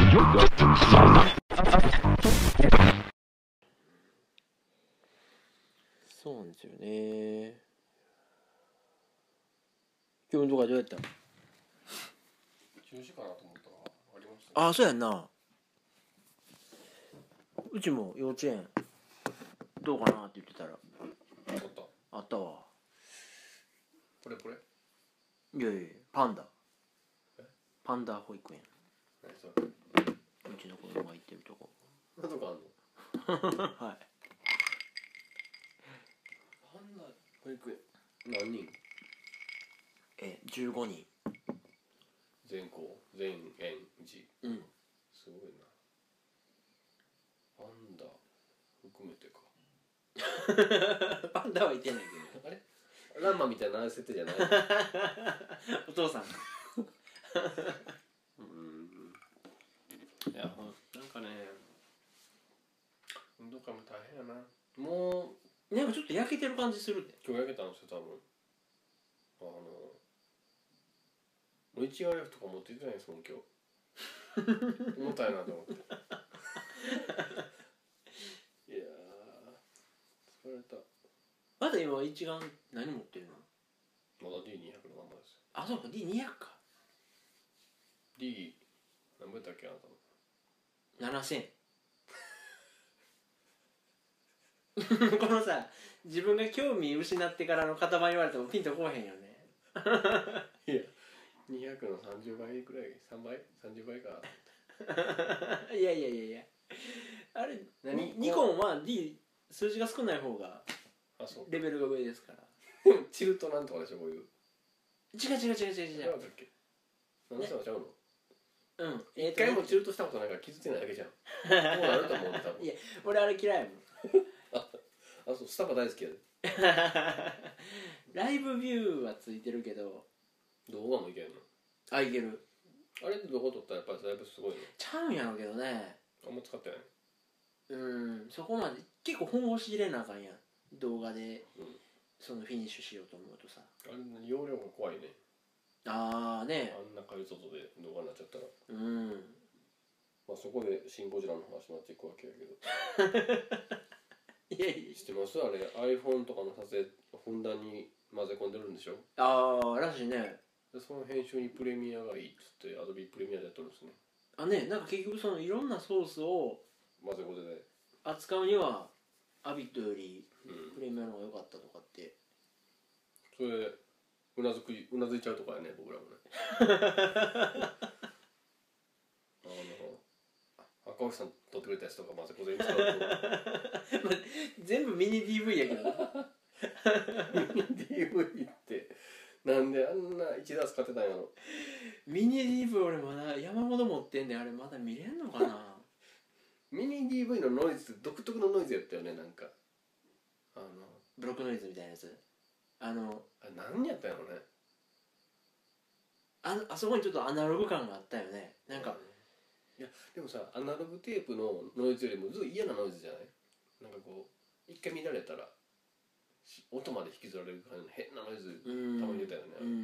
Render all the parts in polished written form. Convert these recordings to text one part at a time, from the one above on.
そうなんですよね。今日運動会どうやった？ 中止かなと思ったらありましたね。 ああ、そうやんな。うちも幼稚園どうかなって言ってたらあったわ。 これいやいや、パンダ保育園。 何それ？ うちの子供が行ってるとこ。 何とかあんの？ はい。 パンダ保育園何人 ？15人。 全校全園児。 うん。 すごいな。パンダ含めてか。 パンダはいてないけど。 あれランマみたいな設定じゃない？ お父さん。 いやなんかね、運動会も大変やな。もうなんかちょっと焼けてる感じするって。 今日焼けたんですよ多分。もう一眼レフとか持っていってないですもん今日。重たいなと思って。いやー疲れた。 まだ今一眼何持ってるの？ まだ D200 のままですよ。 あ、そうか、D200 か。 D 何倍だっけあなたの。 7000。このさ、自分が興味失ってからの型番言われてもピンとこうへんよね。 いや200の30倍くらい、3倍 ?30 倍か。 いやいやいやいや、あれニコンは D 数字が少ない方があ、そうレベルが上ですから。 でもチルトなんとかでしょこういう。 違う。 違うだっけ。何したのちゃうの？ うん。 一回もチルトしたことないから気づいてないだけじゃん。こうなると思うね多分。 いや、俺あれ嫌いやもん。 あ、そう、スタバ大好きやで。 ライブビューはついてるけど。 動画もいけんの？ あ、いける。 あれってどこ撮ったらやっぱりだいぶすごいの？ ちゃうんやろうけどね。 あんま使ってない。 そこまで結構本腰入れなあかんやん、動画で、 うん、 そのフィニッシュしようと思うとさ。 あれ容量が怖いね。 ああね。 あんな解像度で動画になっちゃったら。 まあそこでシン・ゴジラの話になっていくわけやけど。 いやいや、 知ってます？あれ iPhone とかの撮影ふんだんに混ぜ込んでるんでしょ。 ああらしいね。 でその編集にプレミアがいいっつって Adobe プレミアでやっとるんですね。 なんか結局そのいろんなソースを混ぜこぜで扱うにはアビットよりプレミアの方が良かったとかって、 それうなずいちゃうとかやね僕らもね。赤星さん撮ってくれたやつとか混ぜこぜに使うと全部ミニ DV やけどミニ DV ってなんであんな1打使ってたんやろ。 ミニ DV 俺まだ山ほど持ってんで、あれまだ見れんのかな。 ミニ DV のノイズって独特のノイズやったよね。なんかブロックノイズみたいなやつ。 あれ何やったんやろね。 あそこにちょっとアナログ感があったよね。なんか、 いやでもさアナログテープのノイズよりもずっと嫌なノイズじゃない？なんかこう一回見られたら音まで引きずられる感じの変なノイズたまに出たよね。いや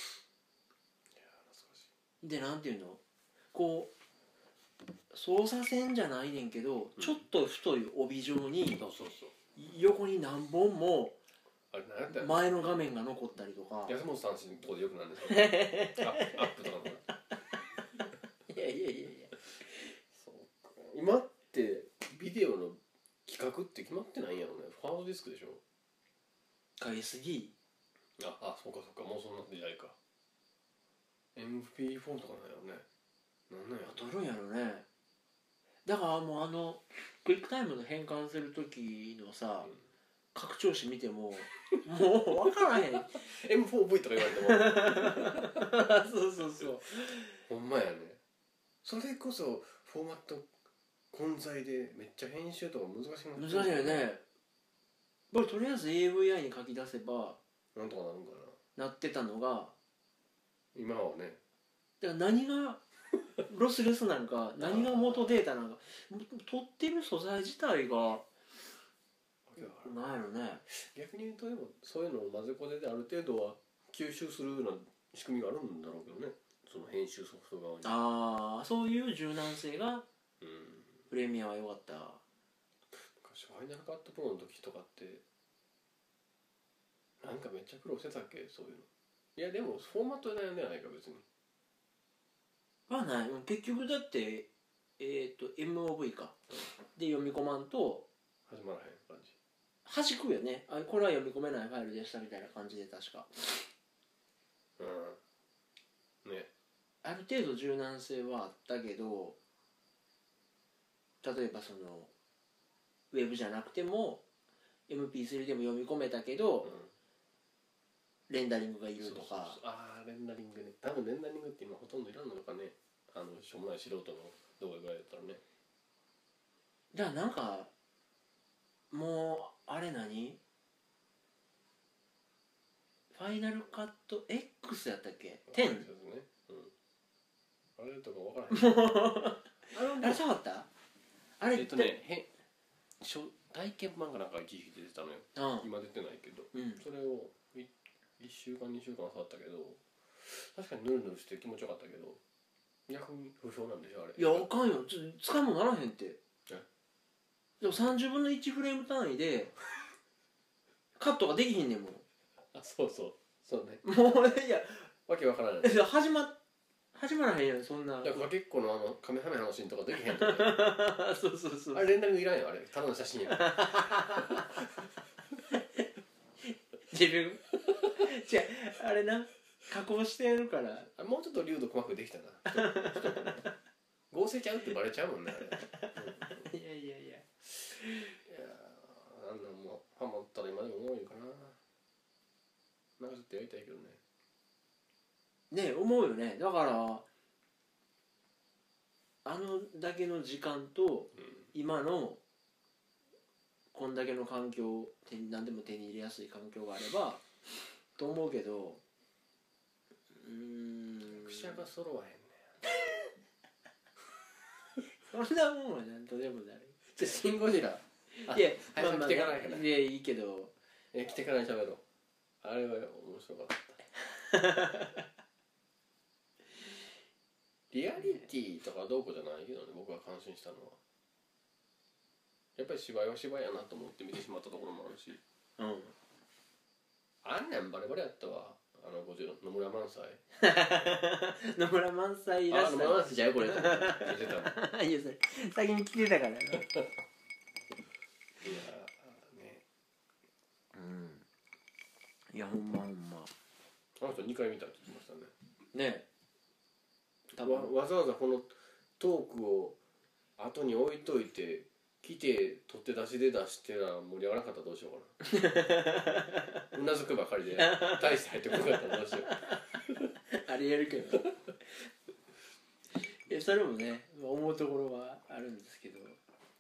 懐かしい。 でなんていうの、こう操作線じゃないねんけど、ちょっと太い帯状に横に何本もあれ何やったよ前の画面が残ったりとか。 安本さんのとこでよくなんですよ。アップとかの。 いやそうか。今ってビデオの企画って決まってないんやろね。ハードディスクでしょ。 SD。 あ、そうかもうそんな時代か。MP4 とかなんやろね。なんなんや撮るんやろね。だからもうクイックタイムの変換する時のさ、拡張子見てももう分からへん。 M4V とか言われてもそうほんまやね。それこそフォーマット混在でめっちゃ編集とか難しくなってる。 難しいよね。これとりあえず AVI に書き出せばなんとかなるんかなってたのが、 今はね。 だから何がロスレスなのか何が元データなのか、取ってる素材自体がなんやろね。 逆に言うとでもそういうのを混ぜこぜである程度は吸収するような仕組みがあるんだろうけどね。その編編集ソフト側に。 ああ、そういう柔軟性がうん、 プレミアは良かった。 昔ファイナルカットプロの時とかってなんかめっちゃ苦労してたっけ、そういうの。いやでもフォーマットで悩んでないか別に。 まあない、結局だってMOV かで読み込まんと始まらへん感じ。 弾くよね。あ、これは読み込めないファイルでしたみたいな感じで確か。 うん。ね。 ある程度柔軟性はあったけど、例えばそのウェブじゃなくても MP3 でも読み込めたけど、レンダリングがいるとか。 そうああレンダリングね。多分レンダリングって今ほとんどいらんのかね。しょうもない素人の動画ぐらいだったらね。 じゃあなんかもうあれ何ファイナルカット X やったっけ 10？ ね、あれとか分からへん。 あれ触った？あれ体験版がなんか一時期出てたのよ。今出てないけど、それを1週間2週間触ったけど、確かにヌルヌルして気持ちよかったけど、逆に不評なんでしょあれ。 いやあかんよ、使いもならへんって。でも30分の1フレーム単位でカットができひんねんもん。 あ、そうね。 もういやわけわからない。 始まらへんやんそんな。 いやかけっこのカメハメのシーンとかできへんとか、ね、 そうあれレンダリングいらんよ、あれただの写真や自分違うあれな加工してやるから。 もうちょっと粒度細かくできたな合成ちゃうってバレちゃうもんねあれいやいやいやあんなんもハマったら今でも思うよかな。なんかちょっとやりたいけどね。 ねえ思うよね。だからあのだけの時間と、今のこんだけの環境、何でも手に入れやすい環境があればと思うけど、 役者が揃わへんねそんなもんはなんとでもなる。 じゃシン・ゴジラいや早く来てからやから、 いやいいけど来てからに喋ろう。あれは面白かったリアリティとかどうこうじゃないけどね、僕が感心したのはやっぱり芝居は芝居やなと思って見てしまったところもあるし、あんなんバレバレやったわ。野村萬斎野村萬斎いらっしゃる。 野村萬斎じゃよこれって言ってたのいやそれ先に来てたからな。いやね、 いやほんまほんまあの人2回見たって言ってましたね。 ねえわざわざこのトークを後に置いといて来て取って出しで出してら盛り上がらなかったらどうしようかなうなずくばかりで大して入ってこなかったらどうしようありえるけどいやそれもね思うところはあるんですけど、いや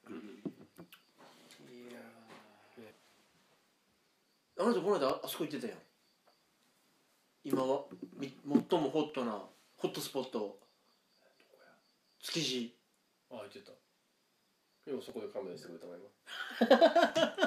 あなたこの間あそこ行ってたやん。今は最もホットスポット築地。 あ、言ってた。でもそこで勘弁してくれたわ今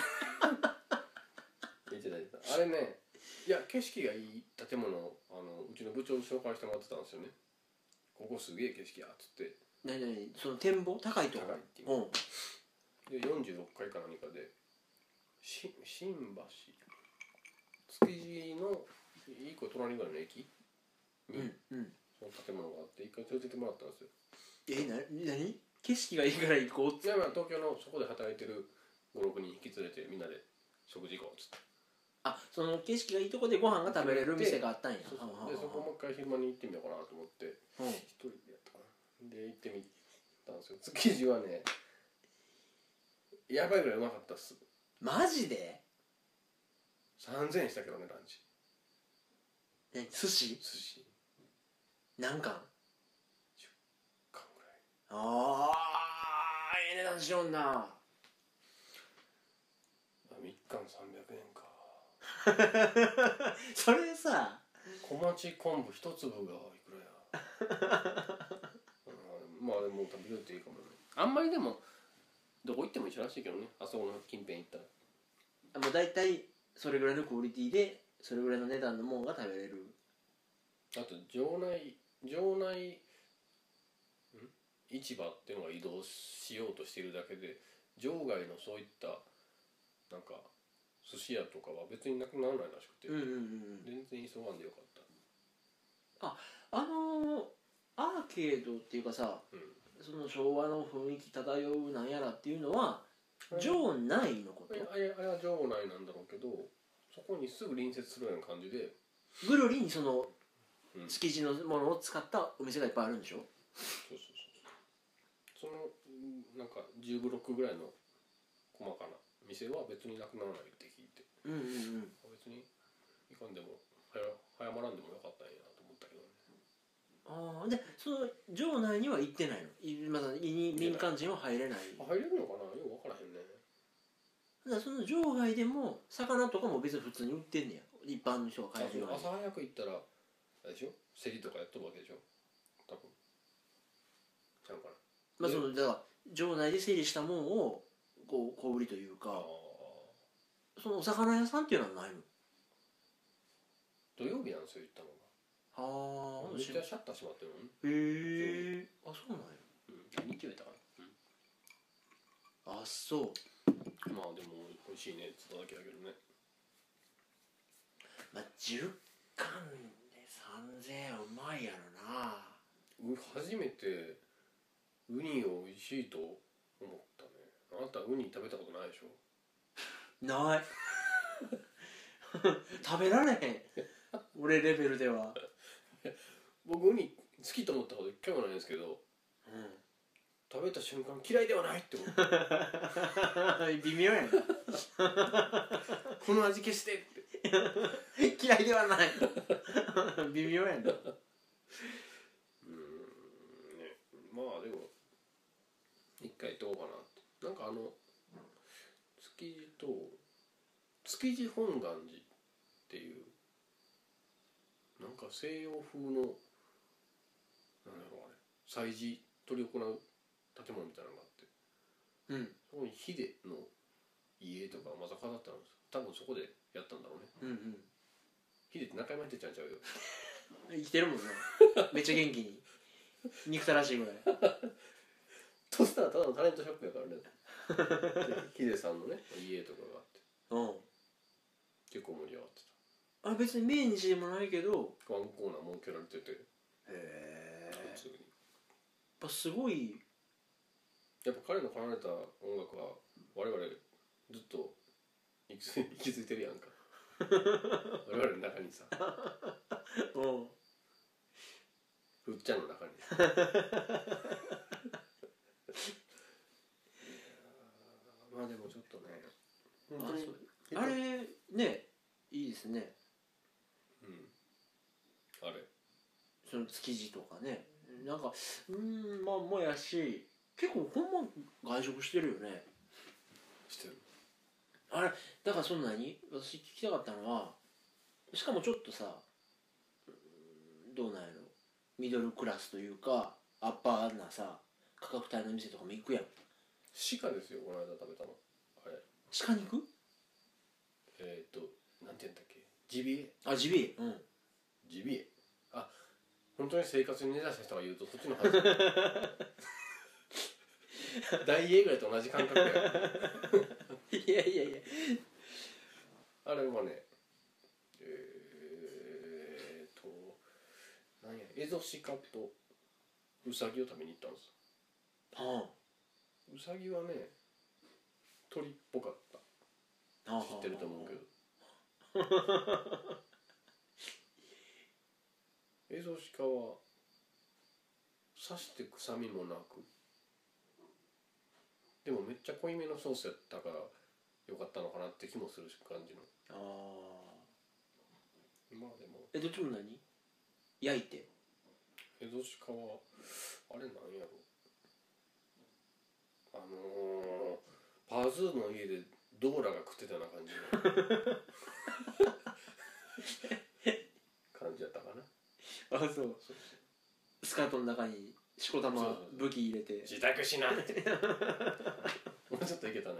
言ってたあれね。いや景色がいい建物うちの部長に紹介してもらってたんですよね。ここすげえ景色やっつって。 何その展望高いところ。 っていうで46階か何かで新橋築地の一個隣ぐらいの駅に、その建物があって一回連れてってもらったんですよ。 何景色がいいから行こうっつって。 いや東京のそこで働いてる5、6人引き連れてみんなで食事行こうっつって。 あ、その景色がいいとこでご飯が食べれる店があったんや。 でそこもう一回昼間に行ってみようかなと思って、一人でやったかな。で行ってみたんですよ。築地はねやばいぐらいうまかったっす。 マジで 3000円したけどねランチ。 寿司何貫？10 貫ぐらい。 ああええ値段しよんな。 3貫300円かそれさ小町昆布一粒がいくらやまあでも食べるっていいかもね。あんまりでもどこ行っても一緒らしいけどね。あそこの近辺行ったらもう大体それぐらいのクオリティでそれぐらいの値段のもんが食べれる。 あと場内内市場っていうのが移動しようとしているだけで、場外のそういったなんか寿司屋とかは別になくならないらしくて、全然急がんでよかった。 アーケードっていうかさ、その昭和の雰囲気漂うなんやらっていうのは場内のこと？ あれは場内なんだろうけど、そこにすぐ隣接するような感じで、 ぐるりにその築地のものを使ったお店がいっぱいあるんでしょ？ そのなんか10ブロックぐらいの細かな店は別になくならないって聞いて、別にいかんでも早まらんでもよかったんやなと思ったけどね。 でその場内には行ってないの？まだ民間人は入れない？ 入れるのかな、よく分からへんね。 だからその場外でも魚とかも別に普通に売ってんねや、一般の人が買えるように。 朝早く行ったらあれでしょ、競りとかやっとるわけでしょ多分。ちゃうかな。 まあそのだから場内で整理したもんをこう小売りというか、そのお魚屋さんっていうのはないの？ 土曜日なんですよ行ったのが。めっちゃシャッター閉まってるのね。 へえ、あ、そうなんや。 日曜やったかな。 あ、そう。 まあでも美味しいねって言っただけだけどね。 まあ10貫で3000円はうまいやろな。 初めてウニを美味しいと思ったね。あなたウニ食べたことないでしょ？ ない。食べられへん。俺レベルでは。 僕ウニ好きと思ったこと一回もないんですけど、食べた瞬間嫌いではないって思った。 微妙やな。 この味消してって嫌いではない。微妙やな。 ね、まあでも一回どうかなって。なんか築地本願寺っていうなんか西洋風のなんだろうあれ祭事執り行う建物みたいなのがあって、そこにヒデの家とかまた飾ってあるんですよ。多分そこでやったんだろうね。ヒデって中山秀ちゃんちゃうよ。 生きてるもんな。めっちゃ元気に憎たらしいぐらい。 としたらただのタレントショップやからね。ヒデさんのね家とかがあって、結構盛り上がってた。あ、別に明治でもないけどワンコーナー設けられてて、 普通に。 普通にやっぱすごい。 やっぱ彼の奏でた音楽は我々ずっと息づいてるやんか。我々の中にさ、ふっちゃんの中に。まあでもちょっとね、本当にあれね、いいですね。 あれその築地とかね、なんかまあもやし、結構ほんま外食してるよね。 してる。 あれだからそんなに私聞きたかったのは、しかもちょっとさ、どうなんやろ、ミドルクラスというかアッパーなさ価格帯の店とかも行くやん。 鹿ですよこの間食べたの。あれ鹿肉？ なんて言うんだっけ、ジビエ。 あ、ジビエ。 ジビエ。あ、本当に生活に根ざした人が言うとそっちの話。大英ぐらいと同じ感覚や。 いやいやいや。 あれはね、なんや、エゾシカとウサギを食べに行ったんですよ。ウサギはね、鳥っぽかった。知ってると思うけど。エゾシカは刺して臭みもなく、でもめっちゃ濃いめのソースやったからよかったのかなって気もする感じの。まあでもどっちも何？焼いて。 エゾシカはあれなんやろ、パーズーの家でドーラが食ってたような感じの感じやったかな。 あ、そう。スカートの中にしこたま武器入れて自宅しなってもうちょっといけたね。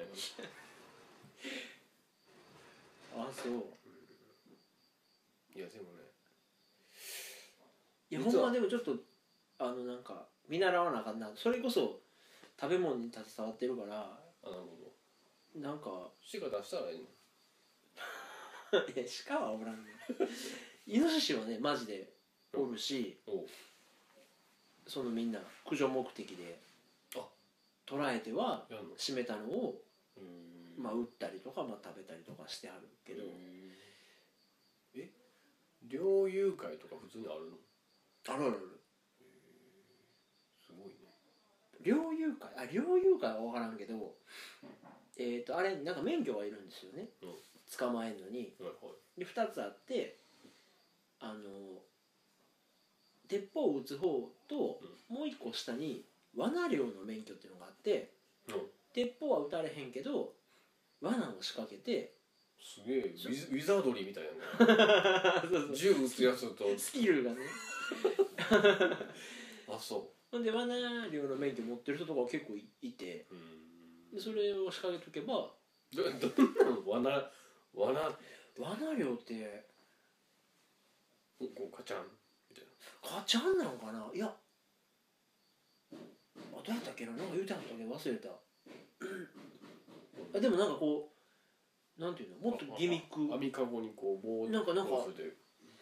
あ、そう。 いやでもね、 いやほんまでもちょっとなんか見習わなあかんな。それこそ食べ物に携わってるから、 なるほど。 なんか鹿出したらいいの。 いや鹿はおらんねん。イノシシはねマジでおるし、 おうそのみんな駆除目的であ捕らえてはやんの。 締めたのを、 うんまあ、売ったりとか、まあ、食べたりとかしてあるけど、 猟友会とか普通にあるの。 あるあるある。 すごいね。 猟友会は分からんけど、あれなんか免許がいるんですよね、 うん捕まえるのに。 はいはい。 で2つあって、鉄砲を撃つ方と、もう1個下に罠猟の免許っていうのがあって、鉄砲は撃たれへんけど罠を仕掛けて、 すげえウィザードリーみたいなね。 そうそう銃撃つやつと。 スキルがねあそほんで罠猟の免許持ってる人とか結構いて、 う。 でそれを仕掛けとけば。 どんなの罠罠猟ってこうカチャンみたいガチャンなんかな。いやどうやったっけな、なんか言うてはったけど忘れたでもなんかこうなんていうの、もっとギミックな。網かごにこう棒なんかロースで。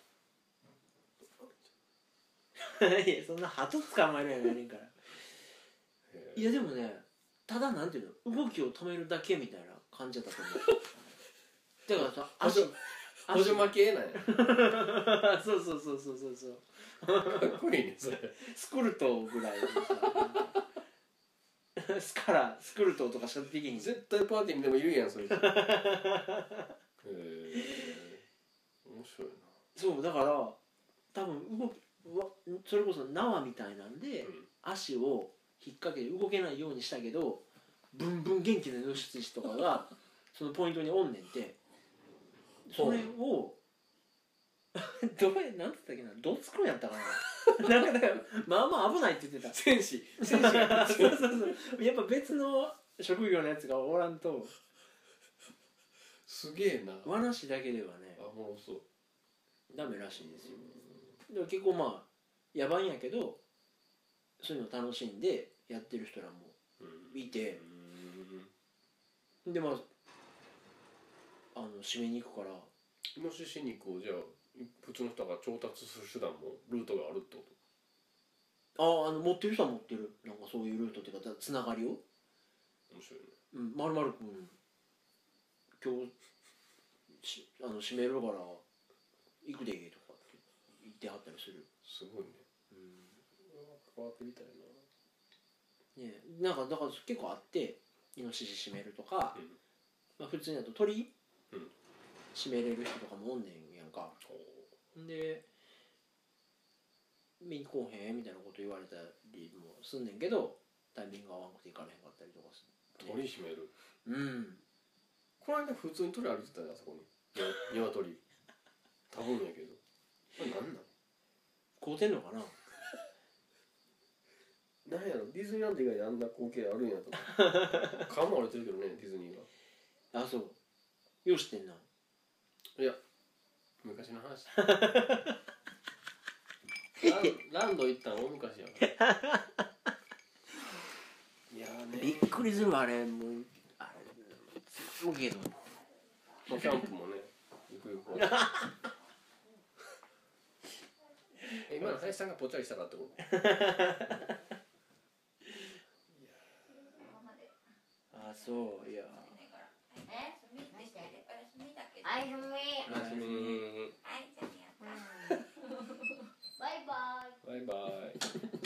いやそんな鳩捕まえるやんやねんから。いやでもね、ただなんていうの、動きを止めるだけみたいな感じだったと思うだからさ補助負けなんや。 そうかっこいいねそれ。 スクルトぐらいのさスクルトとかしかできひん。 絶対パーティーにでもいるやんそれ。面白いな。 そうだから多分それこそ縄みたいなんで、足を引っ掛けて動けないようにしたけど、ブンブン元気なイノシシとかがそのポイントにおんねんて。それをなんつったっけな、どつくんやったかななんかだからまあまあ危ないって言ってた。 戦士そうやっぱ別の職業のやつがおらんと。 すげえな。 罠師だけではねあもうそうダメらしいですよ。でも結構まあ野蛮やけどそういうの楽しんでやってる人らもいて、でまあ締めに行くから。 イノシシ肉をじゃあ普通の人が調達する手段もルートがあるってこ持ってる人は持ってる。なんかそういうルートっていうかつながりを、 と。面白いね。 まるまる今日締めるから行くでとかって言ってはったりする。 すごいね。関わってみたいね、なんかだから結構あって、イノシシ締めるとか、まあ、普通にだと鳥締めれる人とかもおんねんやんか。で見に来おへんみたいなこと言われたりもすんねんけど、タイミング合わんくて行かれへんかったりとかする、 鳥締める。 この間普通に鳥歩いてたよ、あそこに。鶏多分やけど、これ何なん。 買うてんのかな。 なんやろ、ディズニーランド以外であんな光景あるんやとか。顔も歩いてるけどね、ディズニーは。 あ、そうよう知ってんな。 いや昔の話。ランド行ったの大昔やから。いやね、 びっくりするわあれ。もうあれけどキャンプもねゆくゆくは。今の林さんがぽっちゃりしたかってこと。 あ、そういや。 はい、ふみ。 おやすみ。 バイバイ。 バイバイ。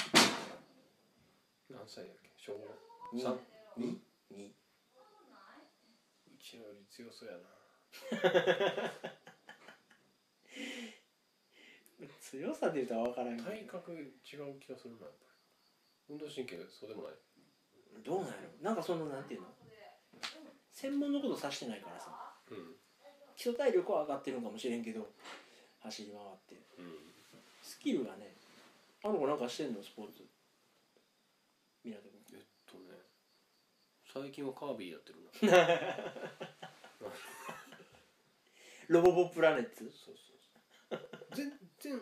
何歳やっけ、小5。 2 3。 2 うちのより強そうやな。 強さで言うとは分からんけど、 体格違う気がするな、やっぱり。運動神経そうでもない。 どうなんやろ。なんかそのなんていうの、専門のこと指してないからさ、基礎体力は上がってるんかもしれんけど、走り回ってスキルがね、あの子なんかしてんの、スポーツ。港君。 最近はカービィやってるな。 ロボボプラネッツ。 そうそうそう。全然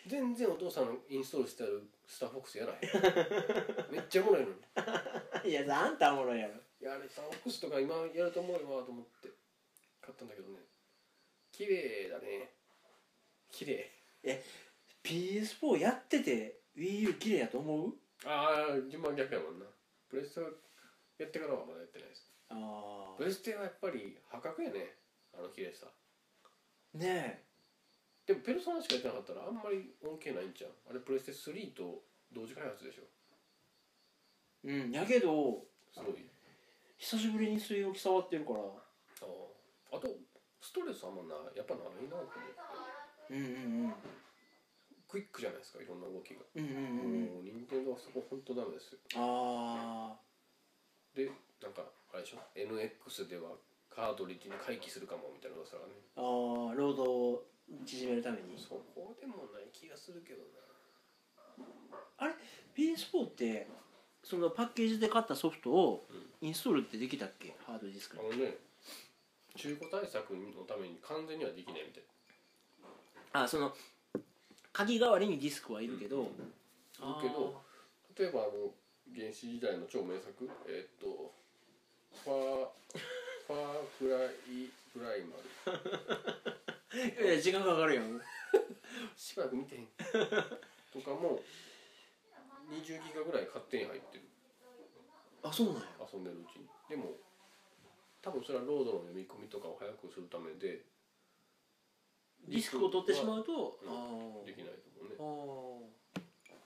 全然お父さんのインストールしてあるスターフォックスやらへんめっちゃおもろいのにいやあんたおもろいやろ。 いやあれスターフォックスとか今やると思うわと思って買ったんだけどね綺麗だね綺麗 PS4 やってて WiiU 綺麗やと思う？ ああ順番逆やもんなプレステやってからはまだやってないですあプレステはやっぱり破格やねあの綺麗さあねでもペルソナしかやってなかったらあんまり恩恵ないんちゃうあれプレステ3と同時開発でしょえ。うんやけどすごい久しぶりに据え置き触ってるから。 あとストレスあんまないやっぱないなと思ってうんうんうんクイックじゃないですかいろんな動きがうんうんうんもう任天堂はそこ本当ダメですよあでなんかあれでしょ NX ではカートリッジに回帰するかもみたいな噂がねあロードを縮めるために。 そこでもない気がするけどあれ PS4 ってそのパッケージで買ったソフトをインストールってできたっけ？ハードディスクに。 なね中古対策のために完全にはできないみたいあその鍵代わりにディスクはいるけど、 だけど例えば原始時代の超名作ファークライマルいや時間かかるやん。 しばらく見てへんとかも20ギガぐらい勝手に入ってるあそうなんや。 遊んでるうちにでも多分それはロードの読み込みとかを早くするためでディスクを取ってしまうとできないと思うね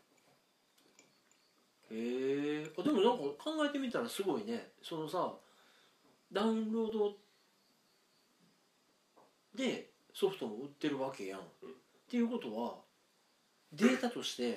へえでもなんか考えてみたらすごいね。そのさダウンロードでソフトも売ってるわけやん、っていうことはデータとして、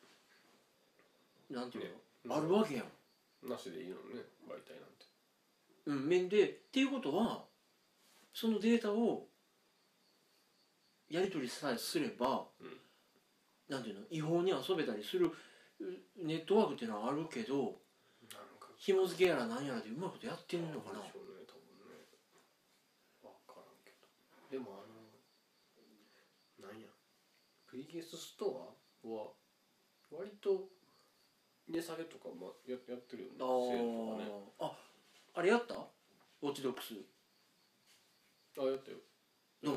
なんていうの、あるわけやんなしでいいのね媒体なんて面でっていうことはそのデータをやり取りさえすれば、なんていうの違法に遊べたりするネットワークっていうのはあるけどなんか紐付けやら何やらでうまいことやってんのかな。 でしょうね多分ね分からんけどでもなんやPS ストアは割と値下げとかもやってるよねセールとかねあれやったウォッチドックス。 やったよどう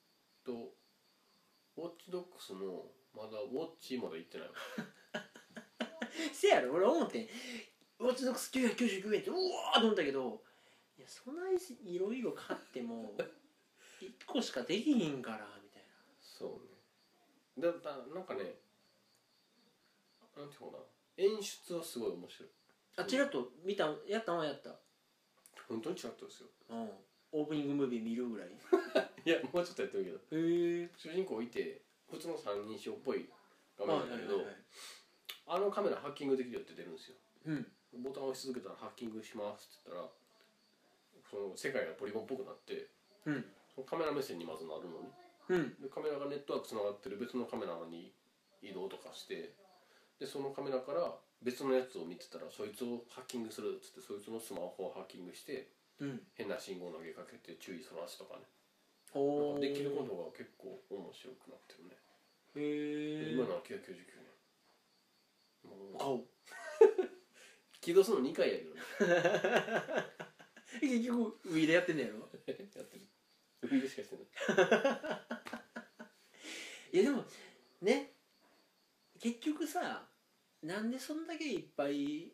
ウォッチドックスもまだウォッチまだ行ってないわせやろ俺思ってんウォッチドックス999円ってうわーと思ったけどいやそんないろいろ買っても1個しかできひんからみたいそうねなんかねなんていうかな演出はすごい面白いな。ちらっと見たやったのはやった、 本当にチラッとですよオープニングムービー見るぐらい。 いやもうちょっとやってるけどへえ主人公いて普通の三人称っぽい画面なんだけど、あのカメラハッキングできるよって出るんですよボタンを押し続けたらハッキングしますって言ったらその世界がポリゴンっぽくなってそのカメラ目線にまずなるのねでカメラがネットワークつながってる別のカメラに移動とかしてでそのカメラから別のやつを見てたらそいつをハッキングするっつってそいつのスマホをハッキングして変な信号投げかけて注意そらすとかねなんかできることが結構面白くなってるねへえ今のは999年もう顔起動するの2回やけどね結局ウィーでやってんねやろやってるウィールしかしてないいやでもね結局さなんでそんだけいっぱい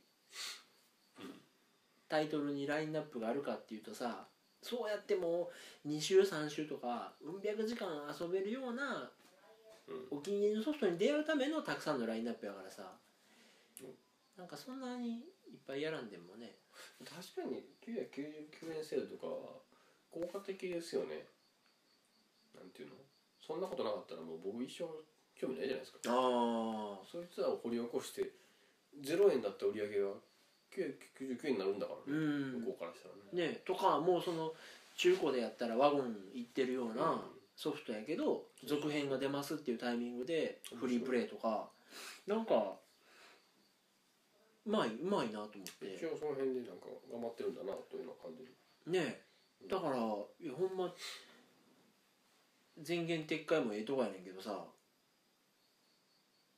タイトルにラインナップがあるかっていうとさそうやってもう2週3週とかうん百時間遊べるようなお気に入りのソフトに出会うためのたくさんのラインナップやからさなんかそんなにいっぱいやらんでもね確かに999円セールとかは効果的ですよねなんていうのそんなことなかったらもう僕一生興味ないじゃないですかそいつらを掘り起こして0円だった売り上げが999円になるんだからね向こうからしたらねねとかもうその中古でやったらワゴン行ってるようなソフトやけど続編が出ますっていうタイミングでフリープレイとかなんかうまいなと思って一応その辺でなんか頑張ってるんだなというような感じねだからいやほんま前言撤回もええとこやねんけどさ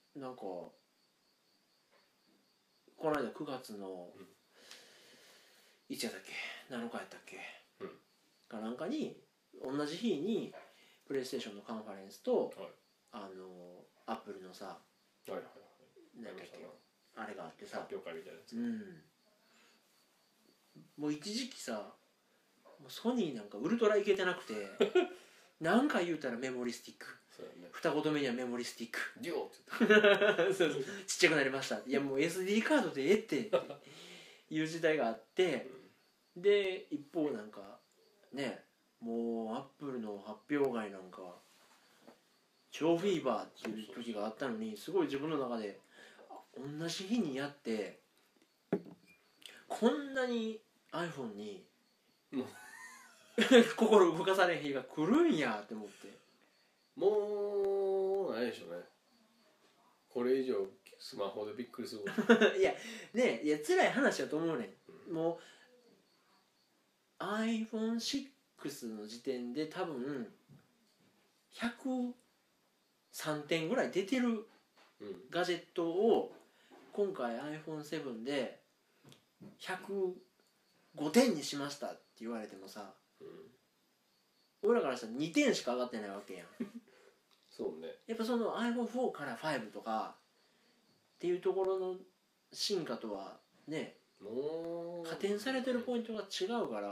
なんかこの間9月のいつやったっけ7日やったっけ、かなんかに同じ日にプレイステーションのカンファレンスと、アップルのさ、何だっけあれがあってさ、 発表会みたいなやつ、 もう一時期さ、もうソニーなんかウルトラいけてなくて何回言うたらメモリスティック、 そうやね、 二言目にはメモリスティックデュオってそうそうちっちゃくなりました、いやもう SD カードでええっていう時代があって、で一方なんかね、もうアップルの発表会なんか超フィーバーっていう時があったのに、すごい自分の中で同じ日にやってこんなに iPhone に心動かされへん日が来るんやって思って、 もうないでしょうね、これ以上スマホでびっくりすることいやね、いや辛い話だと思うねん、もう iPhone6 の時点で多分103点ぐらい出てるガジェットを今回 iPhone7 で105点にしましたって言われてもさ、俺らからしたら2点しか上がってないわけやんそうね、 やっぱその iPhone4 から5とかっていうところの進化とはね、 もう加点されてるポイントが違うから、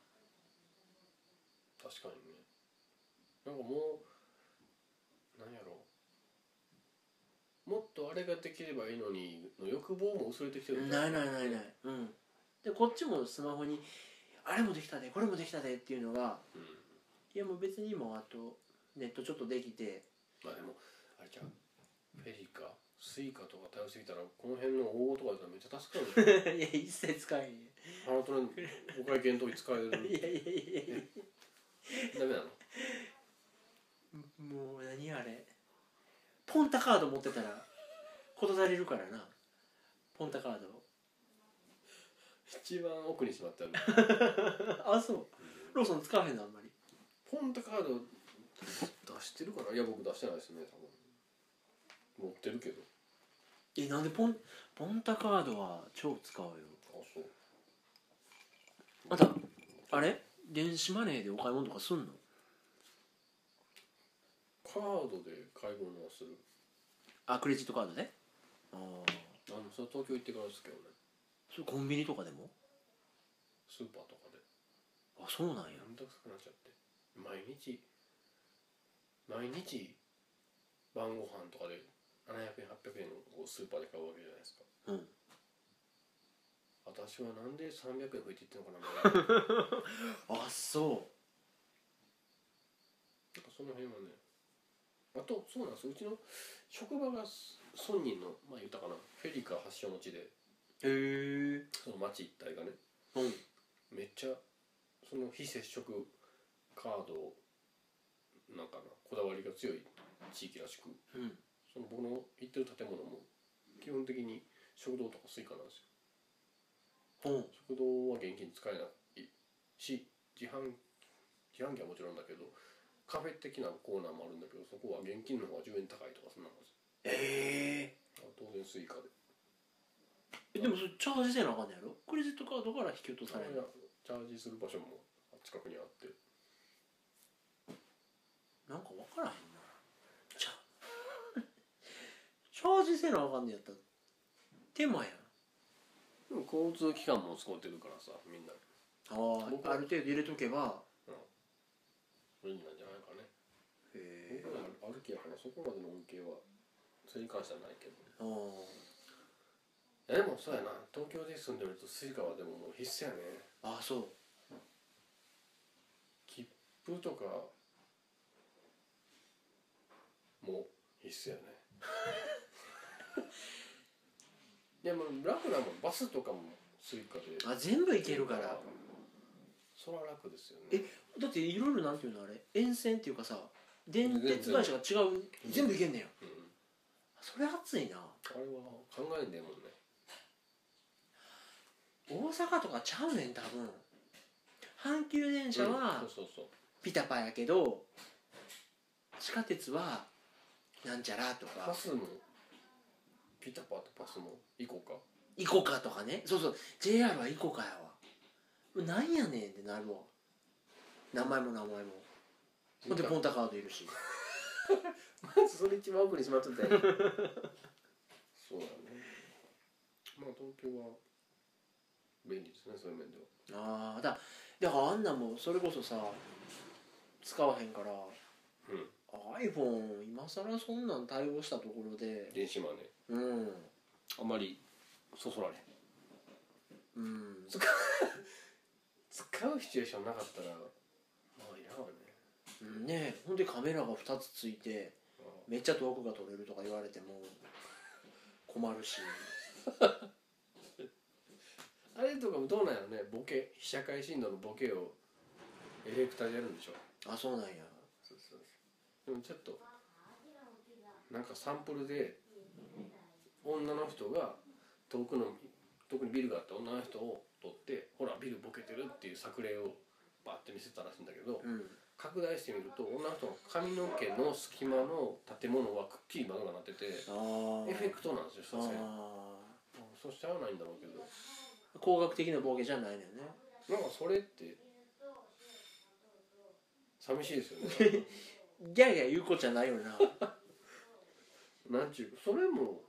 確かにね、なんかもうなんやろ、もっとあれができればいいのにの欲望も薄れてきてるんじゃないないないない、でこっちもスマホにあれもできたでこれもできたでっていうのが、いやもう別にもうあとネットちょっとできて、 まあでもあれじゃん、フェリカスイカとか対応してきたらこの辺の大とかでめっちゃ助かるねいや一切使えへんあのトレンお会計の時使えるいやいやいやいやダメなの、 もう何あれポンタカード持ってたら事足りるからな、ポンタカード一番奥にしまってあるあ、そうローソン使わへんのあんまり。 ポンタカード出してるかな、いや僕出してないですね多分、持ってるけど、 なんでポンタカードは超使うよ。 あそう、 あんたあれ電子マネーでお買い物とかすんの？ カードで買い物はする、 あ、クレジットカードで？ それ東京行ってからですけどね、 それコンビニとかでも？ スーパーとかであ、そうなんや。 めんどくさくなっちゃって、毎日晩ご飯とかで700円800円をスーパーで買うわけじゃないですか。私はなんで300円増えていってんのかなあ、そう。 なんかその辺はね、あとそうなんです、うちの職場がソニーのまあ言ったかなフェリカ発祥の地で、 へえ。 その町一帯がね、めっちゃその非接触カードなんかなこだわりが強い地域らしく、その僕の行ってる建物も基本的に食堂とかスイカなんですよ。食堂は現金使えないし、自販機はもちろんだけどカフェ的なコーナーもあるんだけど、そこは現金の方が10円高いとかそんなんですよ。当然スイカで。 でもそれチャージせなあかんねやろ。クレジットカードから引き落とされるの？ チャージする場所も近くにあって、 なんか分からへんな。チャージせなあかんねやったら手間やん。 でも交通機関も使ってるからさ、みんなある程度入れとけば便利なんじゃないかね。 へえ。 僕ら歩きやからそこまでの恩恵はそれに関してはないけど、でもそうやな、東京で住んでるとスイカはでももう必須やね。 あ、そう。 切符とかも必須やねでも楽なもん、バスとかもスイカで全部行けるから。 それは楽ですよね。 だっていろいろなんていうのあれ沿線っていうかさ、電鉄会社が違う、全部行けんねや、それ熱いな。 あれは考えんでもんね。 大阪とかちゃうねん多分。阪急電車はピタパやけど、地下鉄はなんちゃらとか。 バスもピタパとパスもイコカイコカとかね、そうそう JR はイコカやわ。なんやねんってなるわ。名前もほんでポンタカードいるしまずそれ一番奥にしまっとったやんそうだね。まあ東京は便利ですね、そういう面では。 だからあんなもんそれこそさ使わへんから、iPhone 今更そんなん対応したところで電子マネーあんまりそそられ使うシチュエーションなかったらまあいらんわね。 ねえ、ほんでカメラが2つついてめっちゃ遠くが撮れるとか言われても困るしあれとかもどうなんやろね、ボケ被写界深度のボケをエフェクターでやるんでしょ。 あ、そうなんや。 そうでもちょっとなんかサンプルで女の人が遠くの特にビルがあった女の人を撮ってほらビルボケてるっていう作例をバッて見せたらしいんだけど、拡大してみると女の人の髪の毛の隙間の建物はくっきり窓がなっててエフェクトなんですよ。そうしちゃわないんだろうけど工学的なボケじゃないのよね。 なんかそれって寂しいですよねギャーギャー言うことじゃないよななんちゅうそれも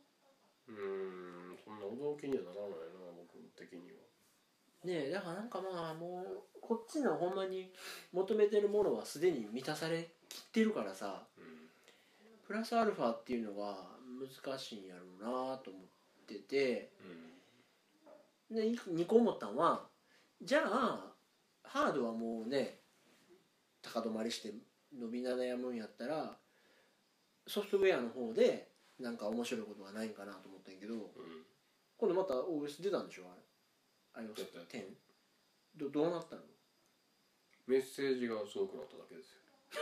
そんな驚きにはならないな、僕的には。 ねえ、だからなんかまあもうこっちのほんまに求めてるものはすでに満たされきってるからさ、プラスアルファっていうのが難しいんやろうなと思ってて、で2個思ったんは、じゃあハードはもうね高止まりして伸び悩むんやったらソフトウェアの方でなんか面白いことがないんかなと思ったんやけど、今度また OS 出たんでしょ、あれ iOS10 どうなったの？ メッセージがすごくなっただけです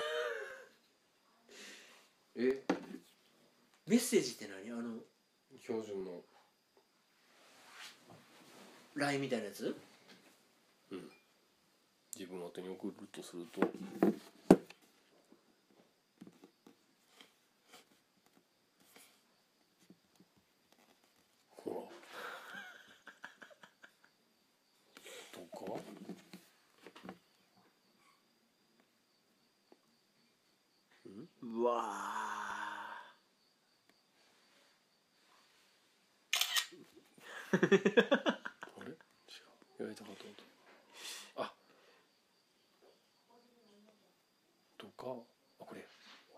よメッセージって何？ 標準の LINE みたいなやつ？ 自分宛てに送るとするとほらとかうわあれ違うやりたかったこととかこれ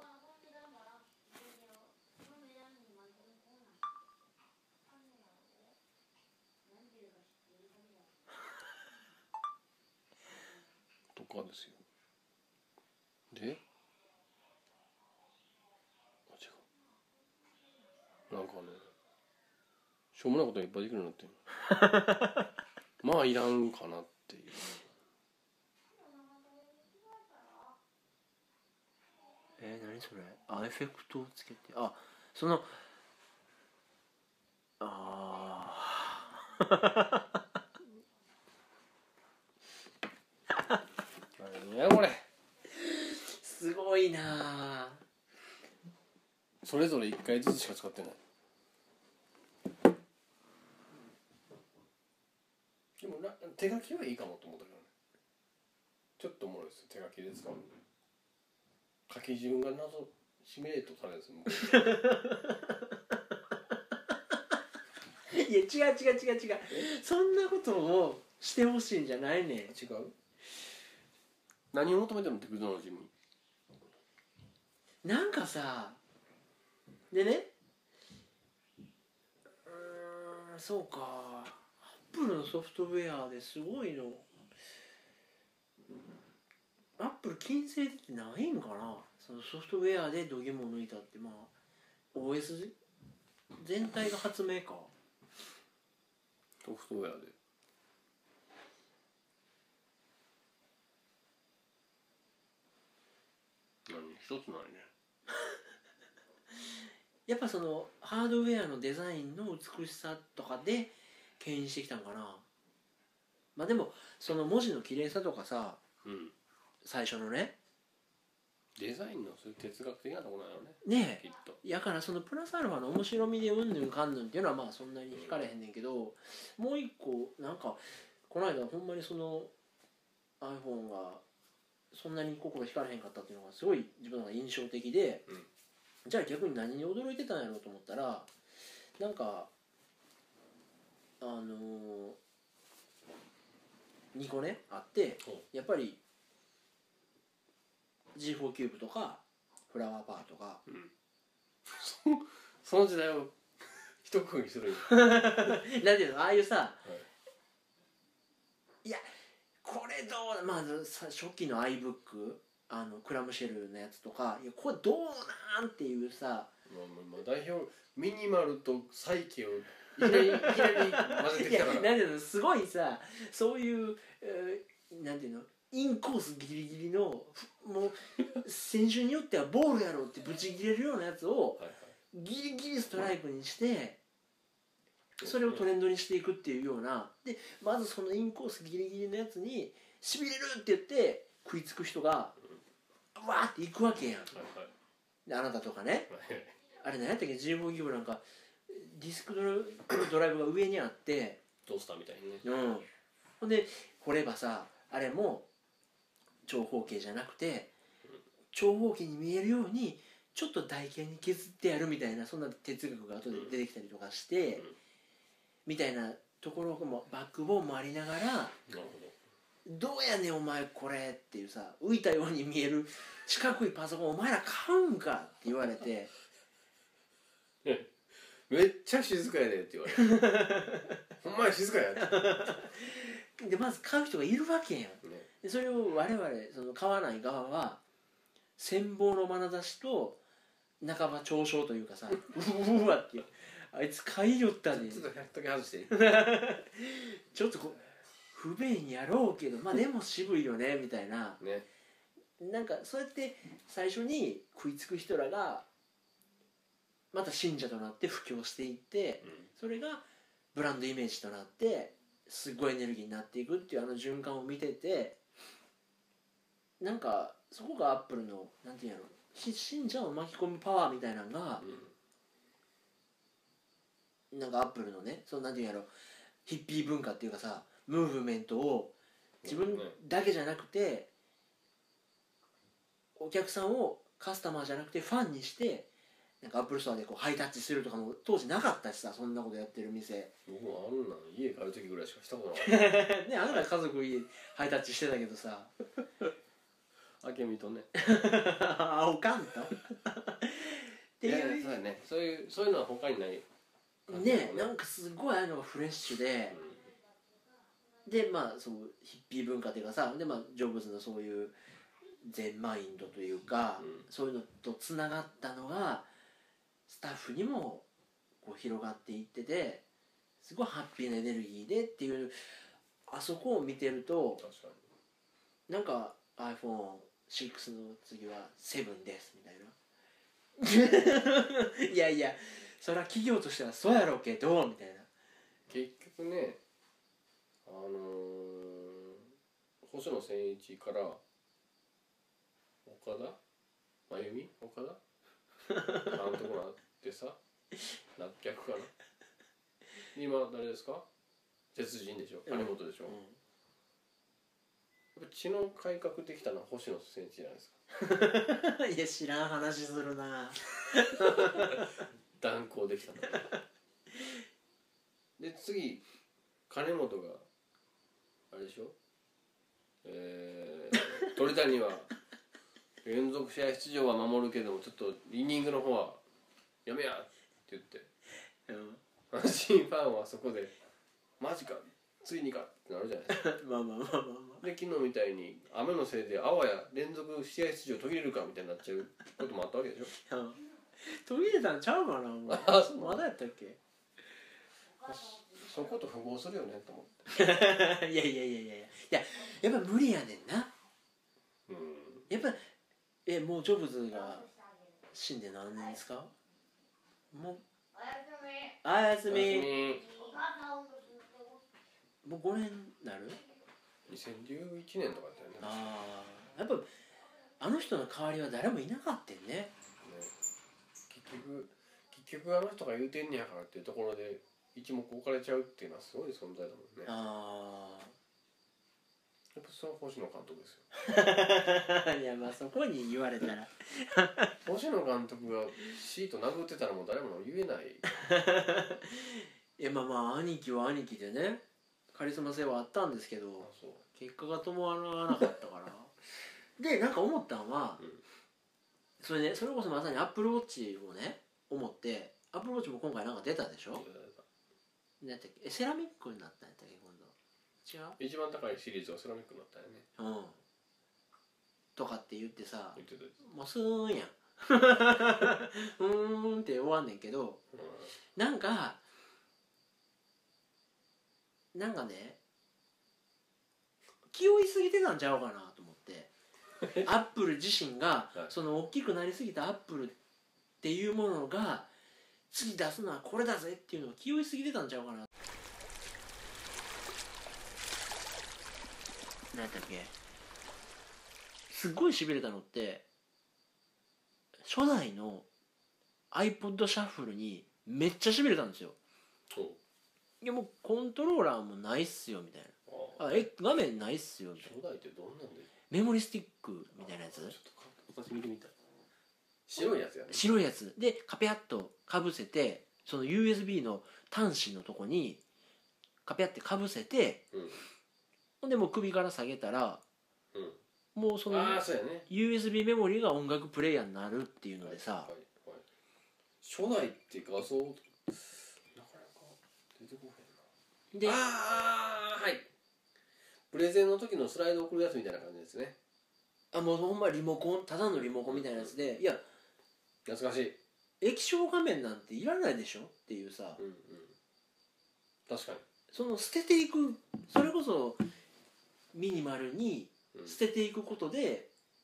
とかですよ。で違うなんかねしょうもないことがいっぱいできるようになってるまあいらんかなっていう。 何それ？エフェクトをつけて、その何やこれすごいな。 それぞれ1回ずつしか使ってない。でも手書きはいいかもと思ったけどね。ちょっとおもろいですよ、手書きで使うの。書き順がシミュレートされるんですよいや違うそんなことをしてほしいんじゃないねん。 違う？何を求めてるの？テクノロジーになんかさでね、そうか、アップルのソフトウェアですごいの、アップル金星ってないんかな。そのソフトウェアで度肝を抜いたって、まあ OS 全体が発明か。 ソフトウェアで一つないねやっぱそのハードウェアのデザインの美しさとかで牽引してきたんかな。まあでもその文字の綺麗さとかさ、最初のねデザインのそういう哲学的なところなのねねきっと。 やからそのプラスアルファの面白みでうんぬんかんぬんっていうのはまあそんなに惹かれへんねんけど、もう一個なんかこの間ほんまにその iPhone がそんなに心惹かれへんかったっていうのがすごい自分の中で印象的で、じゃあ逆に何に驚いてたんやろうと思ったら、なんか2個ねあって、やっぱり G4 キューブとかフラワーパーとか、 その時代を一括りするなんていうのああいうさ、いやこれどうまず初期の iBook クラムシェルのやつとか、いやこれどうなんっていうさ、 代表ミニマルとサイケをいきなり混ぜてきたから。 なんていうのすごいさ、そういう、なんていうのインコースギリギリのもう選手によってはボールやろってブチ切れるようなやつをギリギリストライクにしてそれをトレンドにしていくっていうようなで、まずそのインコースギリギリのやつにしびれるって言って食いつく人がわーっていくわけやん。であなたとかね、あれ何やったっけ G4 ギブなんかディスクドライブが上にあってトースターみたいにね、 ほんで掘ればさあれも長方形じゃなくて長方形に見えるようにちょっと台形に削ってやるみたいな、そんな哲学が後で出てきたりとかして、みたいなところもバックボーンもありながら、どうやねんお前これっていうさ、浮いたように見える四角いパソコンお前ら買うんかって言われてめっちゃ静かやでって言われるほんまに静かやでまず買う人がいるわけやん、でそれを我々その買わない側は羨望の眼差しと半ば嘲笑というかさうわってあいつ買いよったねちょっと100時外してちょっとこう不便やろうけどまあでも渋いよねみたいな、 ね、 なんかそうやって最初に食いつく人らがまた信者となって布教していって、それがブランドイメージとなってすごいエネルギーになっていくっていう循環を見てて、なんかそこがアップルのなんていうんやろ信者を巻き込むパワーみたいなのが、なんかアップルのねそのなんていうんやろヒッピー文化っていうかさムーブメントを自分だけじゃなくてお客さんをカスタマーじゃなくてファンにしてなんかアップルストアでこうハイタッチするとかも当時なかったしさ、そんなことやってる店僕もあんなん家帰る時ぐらいしかしたことないね、あなた家族家ハイタッチしてたけどさ明美とねあおかんとっていうそうやね、そういうのは他にないね、なんかすごいああいうのがフレッシュで、でまあそうヒッピー文化っていうかさで、まあ、ジョブズのそういう全マインドというか、そういうのとつながったのがスタッフにもこう広がっていっててすごいハッピーなエネルギーでっていうあそこを見てるとなんか iPhone6 の次は7ですみたいないやいやそれは企業としてはそうやろうけどみたいな結局ね星野千一から岡田真由美岡田監督があってさ脱却かな今誰ですか鉄人でしょ金本でしょ、やっぱ知能改革できたのは星野千一じゃないですかいや知らん話するな断行できたので次金本があれでしょ鳥谷は連続試合出場は守るけどもちょっとイニングの方はやめやって言って、阪神ファンはそこでマジかついにかってなるじゃないですかまあまあまあまあまあで昨日みたいに雨のせいであわや連続試合出場途切れるかみたいになっちゃうこともあったわけでしょ途切れたんちゃうかなお前あそうまだやったっけそこと符合するよねと思っていやいやいやいやいややっぱ無理やねんな、やっぱもうジョブズが死んで何年ですかもうおやすみもう5年なる 2011年とかだったよねああやっぱあの人の代わりは誰もいなかったよね。 結局あの人が言うてんねやからっていうところで一目置かれちゃうっていうのはすごい存在だもんね。 あやっぱその星野監督ですよ。 あいやまあそこに言われたら星野監督がシート殴ってたらもう誰も言えない。 いやまあ兄貴は兄貴でねカリスマ性はあったんですけどそう結果が伴わなかったからでなんか思ったんは、それねそれこそまさにアップルウォッチをね思ってアップルウォッチも今回なんか出たでしょ。何やったっけセラミックになったんやったっけ今度。違う一番高いシリーズはセラミックになったよね。 うんとかって言ってさ言ってたやつ。 もうスーンやんって終わんねんけどなんかね気負いすぎてたんちゃうかなと思ってアップル自身が、 はいその大きくなりすぎたアップルっていうものが次出すのはこれだぜっていうのを気負いすぎてたんちゃうかな。何やったっけすっごいしびれたのって初代の iPod シャッフルにめっちゃしびれたんですよ。 そういやもうコントローラーもないっすよみたいな画面ないっすよみたいな初代ってどんなんでメモリスティックみたいなやつちょっと私見てみたい。白いやつやね。 白いやつでカペアッとかぶせてその USB の端子のとこにカペアってかぶせてほんでもう首から下げたらもうそのああそうやね。 USB メモリが音楽プレイヤーになるっていうのでさ、 はいはいはい、初代って画像なかなか出てこへんな。 ではいプレゼンの時のスライド送るやつみたいな感じですね。 もうほんまリモコンただのリモコンみたいなやつでいや懐かしい。 液晶画面なんていらないでしょっていうさ、 確かにその捨てていくそれこそミニマルに捨てていくことで、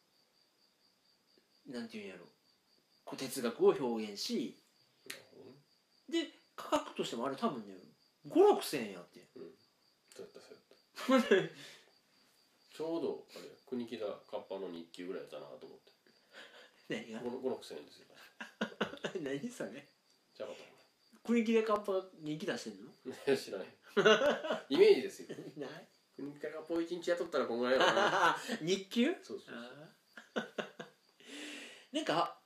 なんていうんやろこう哲学を表現しで価格としてもあれ多分ね5,000-6,000円やってそうやったそうやったちょうどあれ国木田カッパの日給ぐらいやったなと思って何が 5,000-6,000円ですよ。 何それじゃあま国木でカッパ人気出してんのた知らないイメージですよ。 ない国木田カッパを1日雇ったらこんぐらいやろな日給そうそうなんか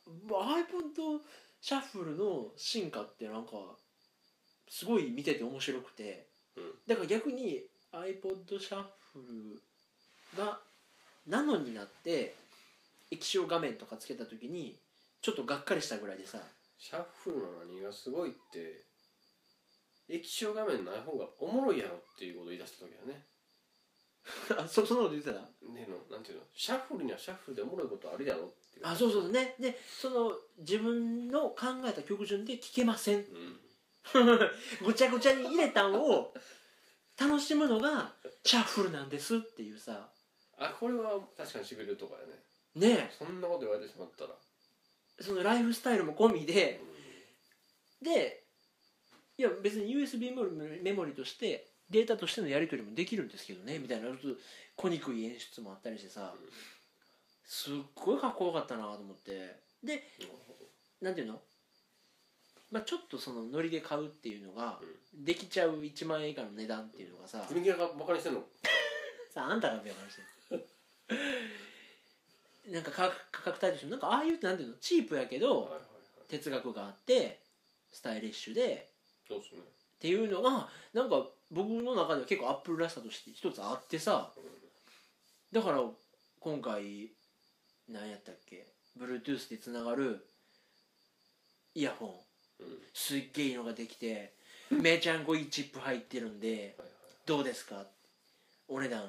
iPod シャッフルの進化ってなんかすごい見てて面白くて、だから逆に iPod シャッフルがナノになって液晶画面とかつけた時にちょっとがっかりしたぐらいでさシャッフルの何がすごいって液晶画面ない方がおもろいやろっていうことを言い出した時だね。 そんなこと言ってたなんていうのシャッフルにはシャッフルでおもろいことあるやろっていう。 そうそうね。でその自分の考えた曲順で聴けません、ごちゃごちゃに入れたんを楽しむのがシャッフルなんですっていうさこれは確かにしびれるとかやね。 ねそんなこと言われてしまったらそのライフスタイルも込みで、でいや別に USB メモリとしてデータとしてのやり取りもできるんですけどねみたいな小憎い演出もあったりしてさ、すっごいかっこよかったなと思ってでなんていうのちょっとそのノリで買うっていうのができちゃう1万円以下の値段っていうのがさ、 国木田がバカにしてんのさあんたがバカにしてるなんか価格帯としてなんかああいうってなんていうのチープやけど、哲学があってスタイリッシュでそうですねっていうのがなんか僕の中では結構アップルらしさとして一つあってさ、だから今回何やったっけ Bluetooth でつながるイヤホン、すっげえいいのができてめちゃんこいいチップ入ってるんでどうですかお値段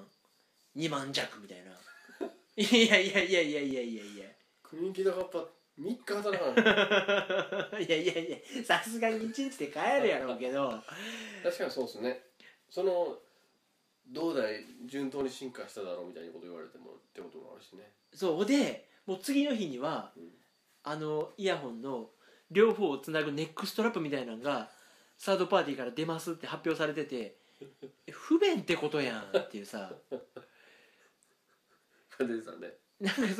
2万弱みたいないやいやいやいやいやいやいや国木田カッパ3日働かないいやいやいやさすがに1日で帰るやろうけど確かにそうですね。そのどうだい順当に進化しただろうみたいなこと言われてもってこともあるしね。 そうでもう次の日には、イヤホンの両方をつなぐネックストラップみたいなのがサードパーティーから出ますって発表されてて不便ってことやんっていうさ出てたねなんか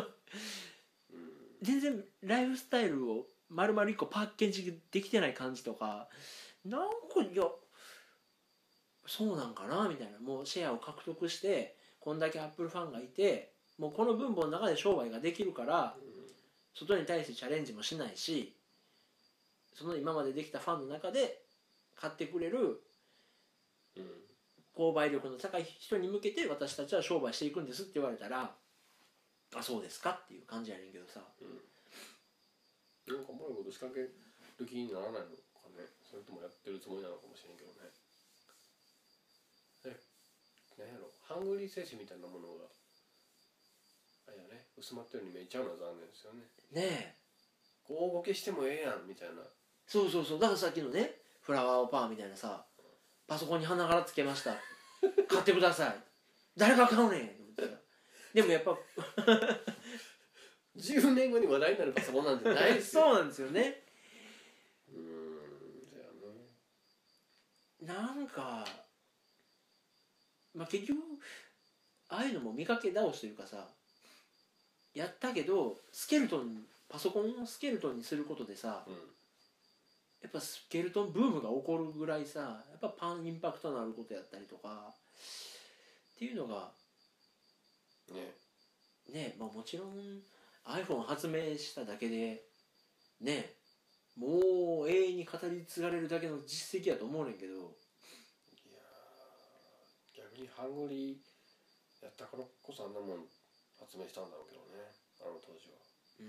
全然ライフスタイルを丸々一個パッケージできてない感じとか、なんかいやそうなんかなみたいな。もうシェアを獲得してこんだけアップルファンがいて、もうこの分母の中で商売ができるから、外に対してチャレンジもしないし、その今までできたファンの中で買ってくれる購買力の高い人に向けて私たちは商売していくんですって言われたら、あ、そうですかっていう感じやねんけどさ、 なんかおもろいこと仕掛ける気にならないのかね。それともやってるつもりなのかもしれんけどね。なんやろ、ハングリー精神みたいなものがあれやね、薄まってるように見えちゃうのは残念ですよね。 ねえ、 こうボケしてもええやんみたいな。 そうそうそう。だからさっきのねフラワーオパーみたいなさ、パソコンに花柄つけました買ってください、誰が買うねんと思ってさ。でもやっぱ 10年後に話題になるパソコンなんてないですよそうなんですよね。 じゃあね、 なんかまあ結局ああいうのも見かけ倒しというかさ、やったけどスケルトン、パソコンをスケルトンにすることでさ、やっぱスケルトンブームが起こるぐらいさ、やっぱパンインパクトのあることやったりとかっていうのがね、まあもちろん iPhone 発明しただけでね、もう永遠に語り継がれるだけの実績やと思うねんけど、 いや逆にハングリーやったからこそあんなもん発明したんだろうけどね、あの当時は。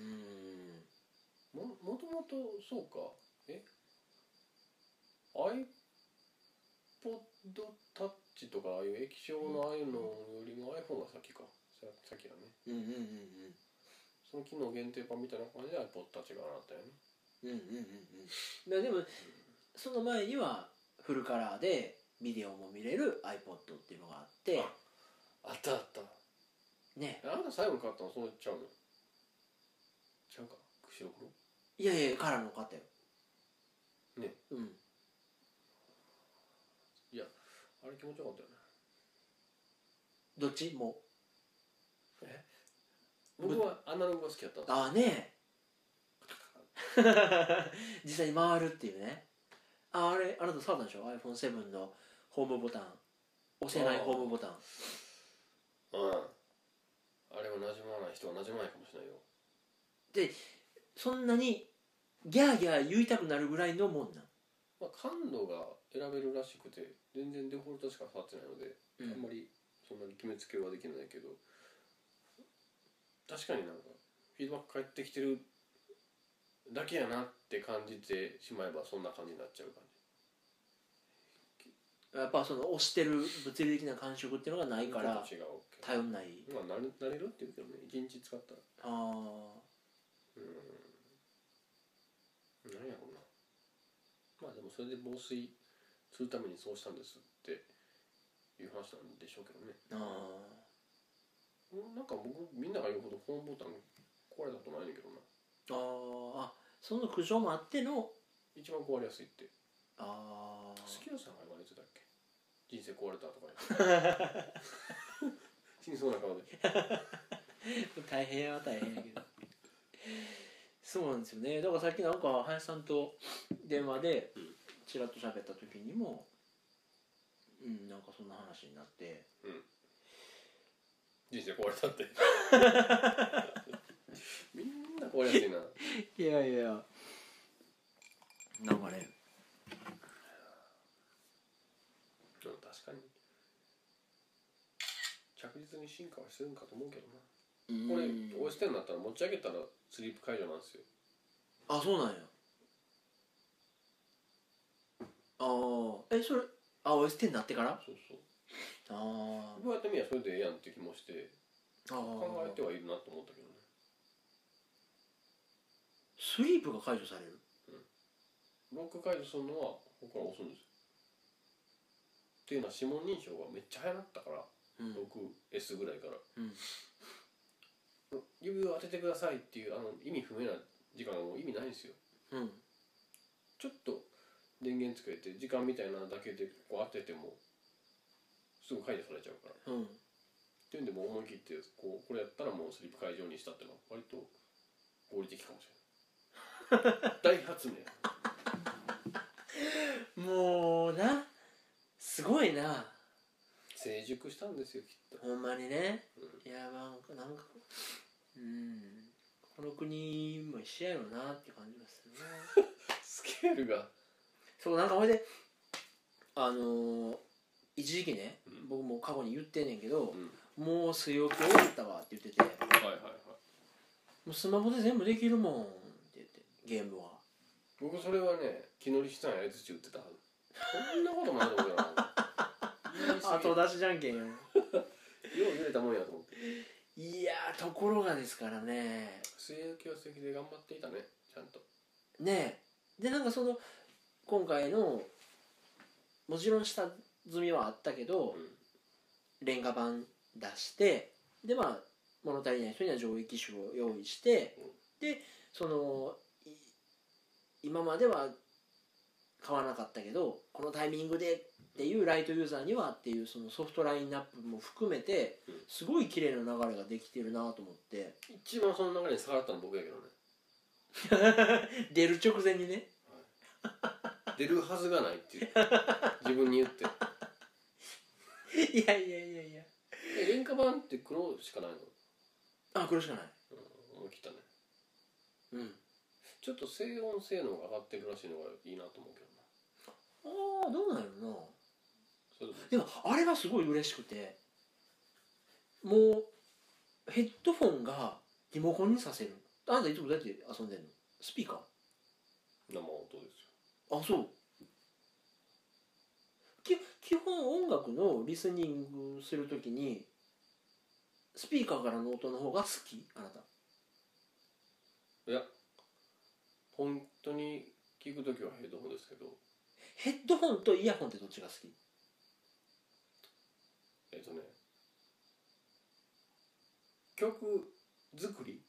もともとそうか、iPod Touch とかああいう液晶のああいうのよりも iPhone が先か、先やね。その機能限定版みたいな感じで iPod Touch があったよね。 でもその前にはフルカラーでビデオも見れる iPod っていうのがあって、 あったあったね。 あなた最後に買ったのそうちゃうの？ちゃうか、白黒？ いやいや、カラーの買ったよね。 うんいや、あれ気持ちよかったよね。 どっちも僕はアナログが好きだったんですよ。 ああね実際に回るっていうね。あれあなた触ったんでしょ iPhone7 のホームボタン、押せないホームボタン。 あれは馴染まない人は馴染まないかもしれないよ。 でそんなにギャーギャー言いたくなるぐらいのもんなん？ まあ、感度が選べるらしくて全然デフォルトしか触ってないので、あんまりそんなに決めつけはできないけど、確かになんかフィードバック返ってきてるだけやなって感じてしまえばそんな感じになっちゃう感じ。 やっぱその押してる物理的な感触っていうのがないから違う頼んない。 まあ慣れるっていうけどね、1日使ったら。何やろうな。まあでもそれで防水するためにそうしたんですっていう話なんでしょうけどね。なんか僕みんなが言うほどホームボタン壊れたことないねんけどな。 その苦情もあっての一番壊れやすいって。 好きなさんが言われてたっけ、人生壊れたとか言って死にそうな顔で大変や大変やけどそうなんですよね。だからさっきなんか林さんと電話でちらっと喋った時にもなんかそんな話になって、 人生壊れたってみんな壊れやすいな。 いやいやなんかね、 確かに着実に進化はしてるんかと思うけどな。これ OS10 になったら持ち上げたらスリープ解除なんですよ。 あ、そうなんや。それOS10 になってから？ そうそう。 どうやってみやそれでええやんって気もして考えてはいるなと思ったけどね。 スリープが解除される？ ロック解除するのはここから押すんですよ。っていうのは指紋認証がめっちゃ流行ったから、6S ぐらいから、指を当ててくださいっていう意味不明な時間がもう意味ないんですよ。ちょっと電源つけて時間みたいなだけでこう当ててもすぐ解除されちゃうから、 っていうんでもう思い切ってこれやったらもうスリップ解除にしたってのは割と合理的かもしれない大発明。 もうな、すごいな、 成熟したんですよきっと。 ほんまにね、 うんいやなんかこの国も一緒やろなって感じがするなスケールがそう、なんかほいで一時期ね、 うん僕も過去に言ってんねんけど、 うんもう据え置き終わったわって言ってて、 はいはいはい。 もうスマホで全部できるもんって言って、ゲームは。 僕それはね気乗りしたんやつち打ってたはず。そんなこともないと思うよな。言い過ぎ後出しじゃんけんよ。 よう揺れたもんやと思って。 いやー、ところがですからね、 据え置きは素敵で頑張っていたねちゃんと。 ねえ、でなんか今回のもちろん下積みはあったけど、レンガ板出して、でまあ物足りない人には上位機種を用意して、で今までは買わなかったけどこのタイミングでっていうライトユーザーにはっていうそのソフトラインナップも含めてすごい綺麗な流れができてるなと思って、 一番その流れに逆らったの僕やけどね。 出る直前にね出るはずがないっていう自分に言って。 いやいやいやいや、 廉価版って黒しかないの。 あ、これしかない。 思い切ったね。 うんちょっと静音性能が上がってるらしいのがいいなと思うけどな。 ああ、どうなんやろな。 それでもあれがすごい嬉しくて、もうヘッドフォンがリモコンにさせる。あなたいつもどうやって遊んでんの？スピーカー？ 生音ですよ。 あ、そう。基本音楽のリスニングするときにスピーカーからの音の方が好き？あなた？ いや本当に聞くときはヘッドホンですけど。 ヘッドホンとイヤホンってどっちが好き？ 曲作り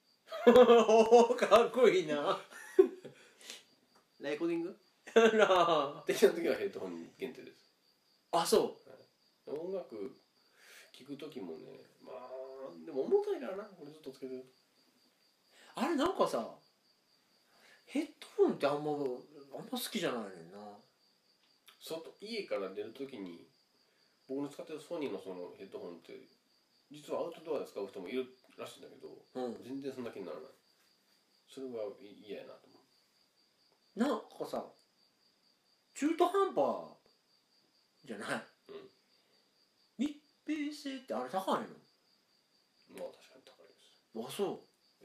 かっこいいなレコーディングなあ。 的な時はヘッドホン限定です。 あ、そ音楽聴く時もね、まあでも重たいからな、これずっとつけてるう。あれなんかさ、ヘッドホンってあんま好きじゃないねんな。 家から出る時に僕の使ってるソニーのそのヘッドホンって実はアウトドアで使う人もいるらしいんだけど、全然そんな気にならない。それは嫌やなと思う。 なんかさ、中途半端じゃない、密閉性ってあれ高いの？ まあ確かに高いです。 あ、そう。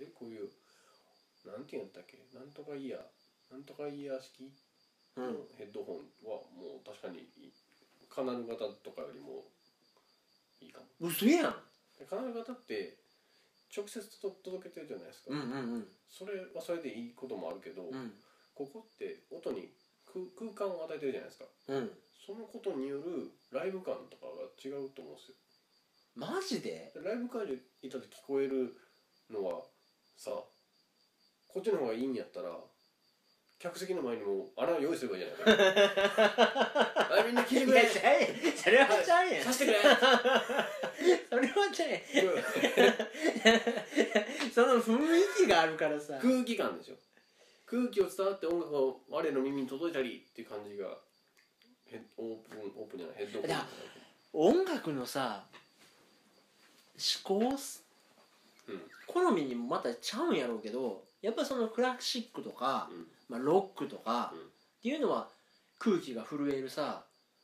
こういうなんていうんだっけ、なんとかイヤー式のヘッドホンはもう確かにカナル型とかよりもいいかも。 嘘やん。 カナル型って直接届けてるじゃないですか。それはそれでいいこともあるけど、ここって音に空間を与えてるじゃないですか。そのことによるライブ感とかが違うと思うんですよ。 マジで？ ライブ会場行った時聞こえるのはさ、こっちの方がいいんやったら客席の前にも穴を用意すればいいじゃないかみんな聞いてくれ、 それはちゃうやん。 さしてくれそれはちゃうやん。その雰囲気があるからさ。 空気感でしょ。空気を伝わって音楽が我の耳に届いたりっていう感じがオープンじゃない、ヘッドホン。 音楽のさ思考、好みにもまたちゃうんやろうけど、やっぱそのクラシックとか、ロックとか、っていうのは空気が震えるさ、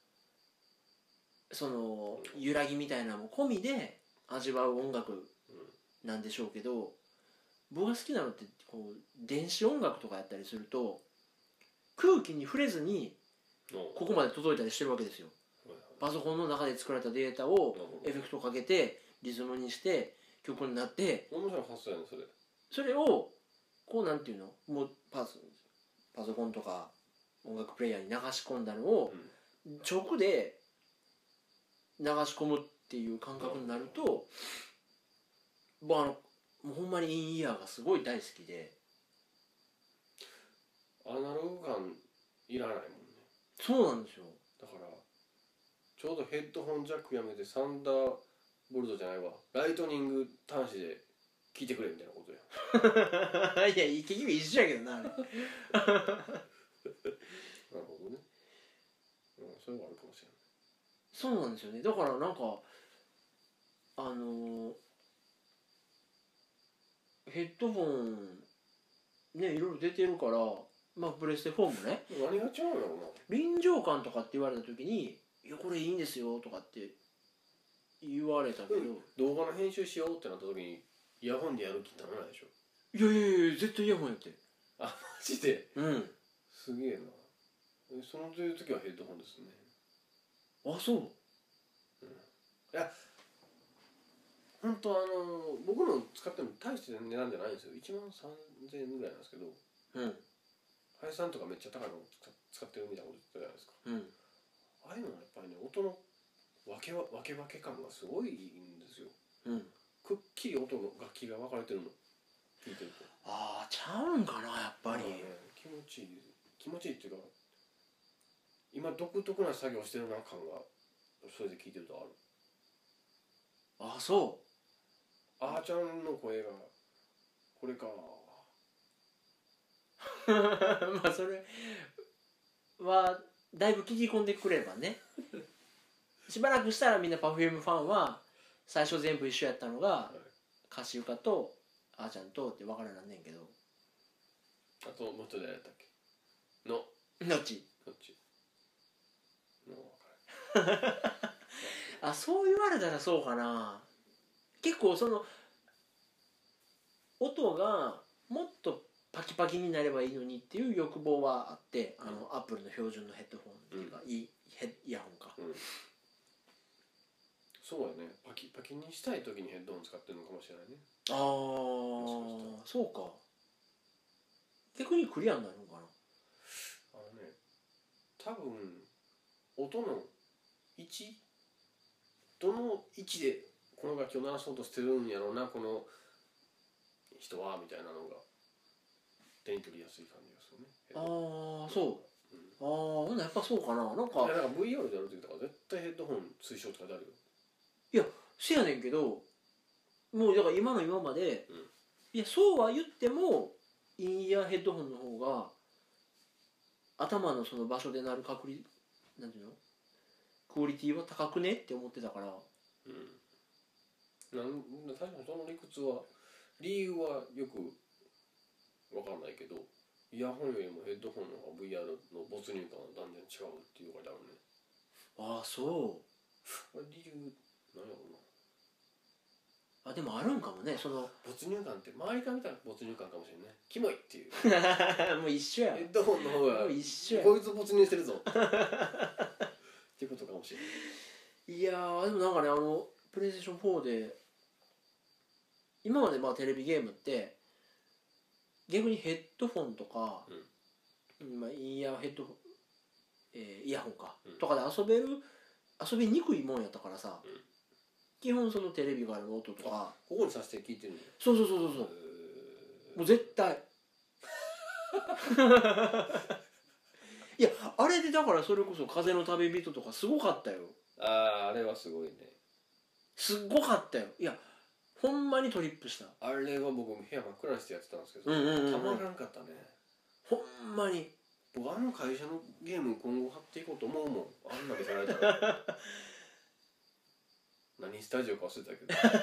その揺らぎみたいなのも込みで味わう音楽なんでしょうけど、僕が好きなのってこう電子音楽とかやったりすると空気に触れずにここまで届いたりしてるわけですよ。パソコンの中で作られたデータをエフェクトかけてリズムにして曲になって、 面白い発想やねそれ。 それをこうなんていうの、もうパソコンとか音楽プレイヤーに流し込んだのを直で流し込むっていう感覚になると、もうほんまにインイヤーがすごい大好きで。 アナログ感いらないもんね。 そうなんですよ。 だからちょうどヘッドホンジャックやめてサンダーボルトじゃないわ、ライトニング端子で聞いてくれみたいなことや。 いや結局一緒やけどなあれなるほどね、それはあるかもしれない。 そうなんですよね。だからなんかヘッドホンねいろいろ出てるから、まあプレステ4もね何が違うんだろうな。 臨場感とかって言われた時に「いやこれいいんですよ」とかって言われたけど、 動画の編集しようってなった時にイヤホンでやる気にならないでしょ。 いやいやいや絶対イヤホンやって。 あ、マジで。 すげえな。そのいう時はヘッドホンですね。 あ、そう。 いや本当僕の使ってるの大して値段じゃないんですよ。1万3000円ぐらいなんですけど、林さんとかめっちゃ高いの使ってるみたいなこと言ってたじゃないですか。ああいうのはやっぱりね、音の分け感がすごいいいんですよ。くっきり音の楽器が分かれてるの聞いてると。 ああ、ちゃうんかなやっぱり。 気持ちいいっていうか、今独特な作業してるな感がそれで聞いてるとある。 ああ、そう。 あーちゃんの声がこれかまあそれはだいぶ聞き込んでくればねしばらくしたらみんな Perfume ファンは最初全部一緒やったのが歌詞床とあーちゃんとって分からなんねんけど、 あともう一人誰やったっけのどっちの分からないあ、そう言われたらそうかな。結構その音がもっとパキパキになればいいのにっていう欲望はあって、アップルの標準のヘッドホンっていうか、イヤホンか、 そうやね。パキパキにしたい時にヘッドホン使ってるのかもしれないね。 ああ、そうか。逆にクリアになるのかな。 多分音の位置、どの位置でこの楽器を鳴らそうとしてるんやろうなこの人はみたいなのが手に取りやすい感じがするね。 ああ、そう。ほんなやっぱそうかな。なんか VR でやる時とか絶対ヘッドホン推奨って書いてあるよ。 いや、せやねんけど、もうだから今の今まで、いやそうは言ってもインイヤーヘッドホンの方が頭のその場所で鳴るなんていうの、クオリティは高くねって思ってたから。 確かにその理屈は理由はよく分かんないけど、イヤホンよりもヘッドホンの方が VR の没入感は断然違うっていうからだろうね。 ああ、そう。 これ理由なんやろうな。 あ、でもあるんかもね、その没入感って周りから見たら没入感かもしれない。キモいっていうもう一緒や。 ヘッドホンの方がもう一緒や。 こいつ没入してるぞっていうことかもしれない。 いやー、でもなんかね、プレイステーション4で今までまあテレビゲームって逆にヘッドフォンとか、まあ、イヤーヘッドフォン、イヤホンか、とかで遊びにくいもんやったからさ、基本そのテレビからの音とかここにさせて聞いてるの。 そうもう絶対いや、あれでだからそれこそ風の旅人とかすごかったよ。 あれはすごいね。 すっごかったよ。いやほんまにトリップした。 あれは僕部屋真っ暗にしてやってたんですけど、たまらんかったね。 ほんまに僕会社のゲーム今後貼っていこうと思うもん。あんな見せられたら何スタジオか忘れたけどだ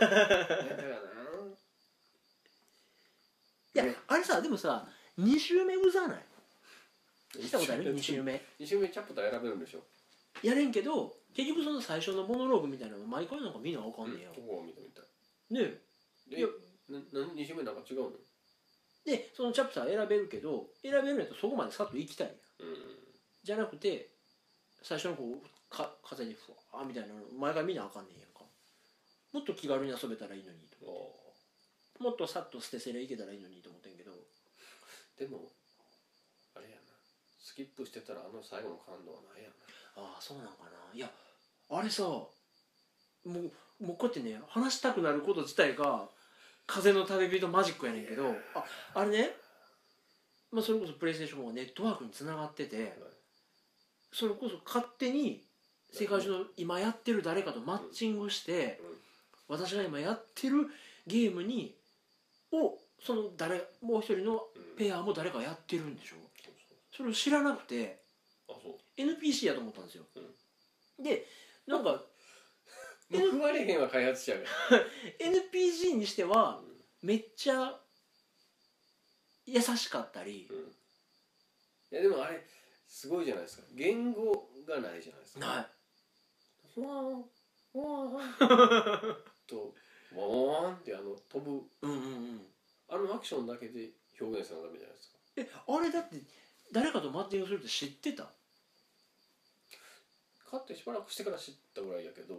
からいや、あれさ、でもさ2周目うざない？したことある？2周目チャプター選べるんでしょ。 やれんけど結局その最初のモノローグみたいなの毎回なんか見なあかんねや。 ここは見てみたいねえ。 2周目なんか違うの？ でそのチャプター選べるけど、選べるんやったらそこまでさっと行きたいやん、じゃなくて最初のこう風にふわーみたいなの毎回見なあかんねんやんか。もっと気軽に遊べたらいいのにと思って、もっとさっと捨てせりゃいけたらいいのにと思ってんけど、 でもあれやな、スキップしてたら最後の感動はないやんな。 ああ、そうなんかな。いやあれさ、もうこうやってね話したくなること自体が風の旅人マジックやねんけど、あれね、まあ、それこそプレイステーションがネットワークにつながってて、それこそ勝手に世界中の今やってる誰かとマッチングして、 私が今やってるゲームにそのもう一人のペアも誰かやってるんでしょ。それを知らなくてあ、そう NPC やと思ったんですよ、でなんか報われへんは開発者が NPC にしてはめっちゃ優しかったり、 いやでもあれすごいじゃないですか。言語がないじゃないですか。 ないふわーんふわーんとワーンって飛ぶあのアクションだけで表現するのダメじゃないですか。 あれだって誰かとマッチングするって知ってた？ 買ってしばらくしてから知ったぐらいやけど、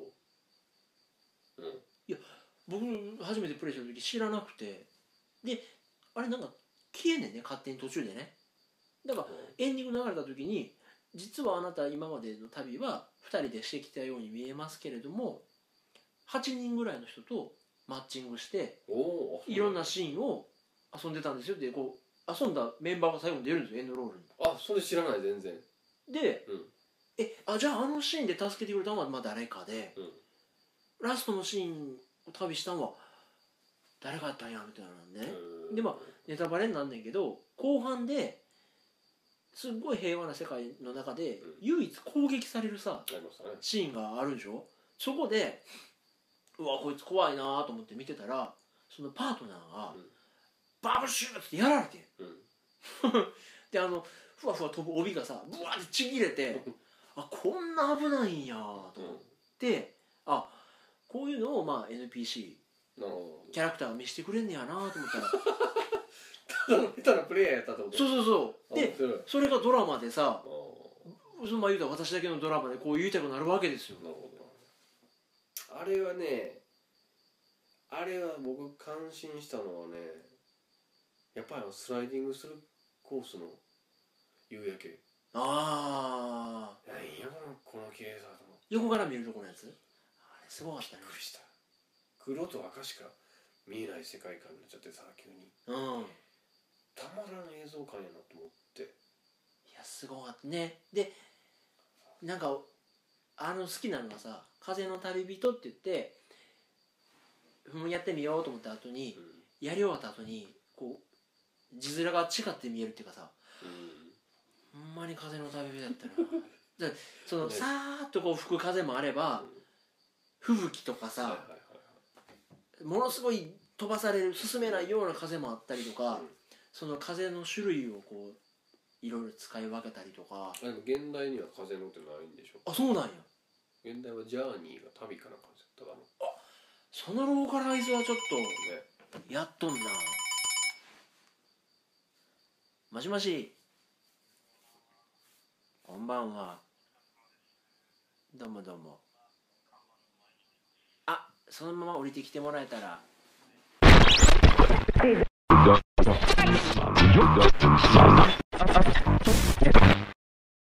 僕初めてプレイした時知らなくて、であれなんか消えんねんね、勝手に途中でね。だからエンディング流れた時に、実はあなた今までの旅は2人でしてきたように見えますけれども、8人ぐらいの人とマッチングしていろんなシーンを遊んでたんですよって、こう遊んだメンバーが最後に出るんですよ、エンドロールに。 あ、それ知らない全然。 で、じゃああのシーンで助けてくれたのはまあ誰かで、ラストのシーンを旅したのは誰かやったんやみたいなんね。でまあネタバレになんねんけど、後半ですっごい平和な世界の中で唯一攻撃されるさ、シーンがあるでしょ。そこでうわこいつ怖いなと思って見てたら、そのパートナーがバブシューってやられて、でふわふわ飛ぶ帯がさブワーってちぎれてあ、こんな危ないんやと思って、こういうのをまあ NPC キャラクターが見せてくれんねやなと思ったらただの下手なプレイヤーやったと思って。 そうでそれがドラマでさ、まあ言うたら私だけのドラマでこう言いたくなるわけですよ。 なるほど。あれはね、あれは僕感心したのはね、やっぱりスライディングするコースの夕焼け。何やこの綺麗さと思って。 横から見るとこのやつ、あれすごかったね。 びっくりした。黒と赤しか見えない世界観になっちゃってさ、急に。たまらない映像感やなと思って。 いやすごかったね。でなんか好きなのがさ、風の旅人って言ってやってみようと思った後に、やり終わった後にこう字面が違って見えるっていうかさ、ほんまに風の旅人だったなでそのさーっとこう吹く風もあれば、吹雪とかさ、ものすごい飛ばされる進めないような風もあったりとか、その風の種類をこういろいろ使い分けたりとか。 でも現代には風のってないんでしょ。 あ、そうなんや。現代はジャーニーが旅かなんかですよ。ただの。 そのローカライズはちょっとやっとんな。もしもし。こんばんは。どうもどうも。そのまま降りてきてもらえたら。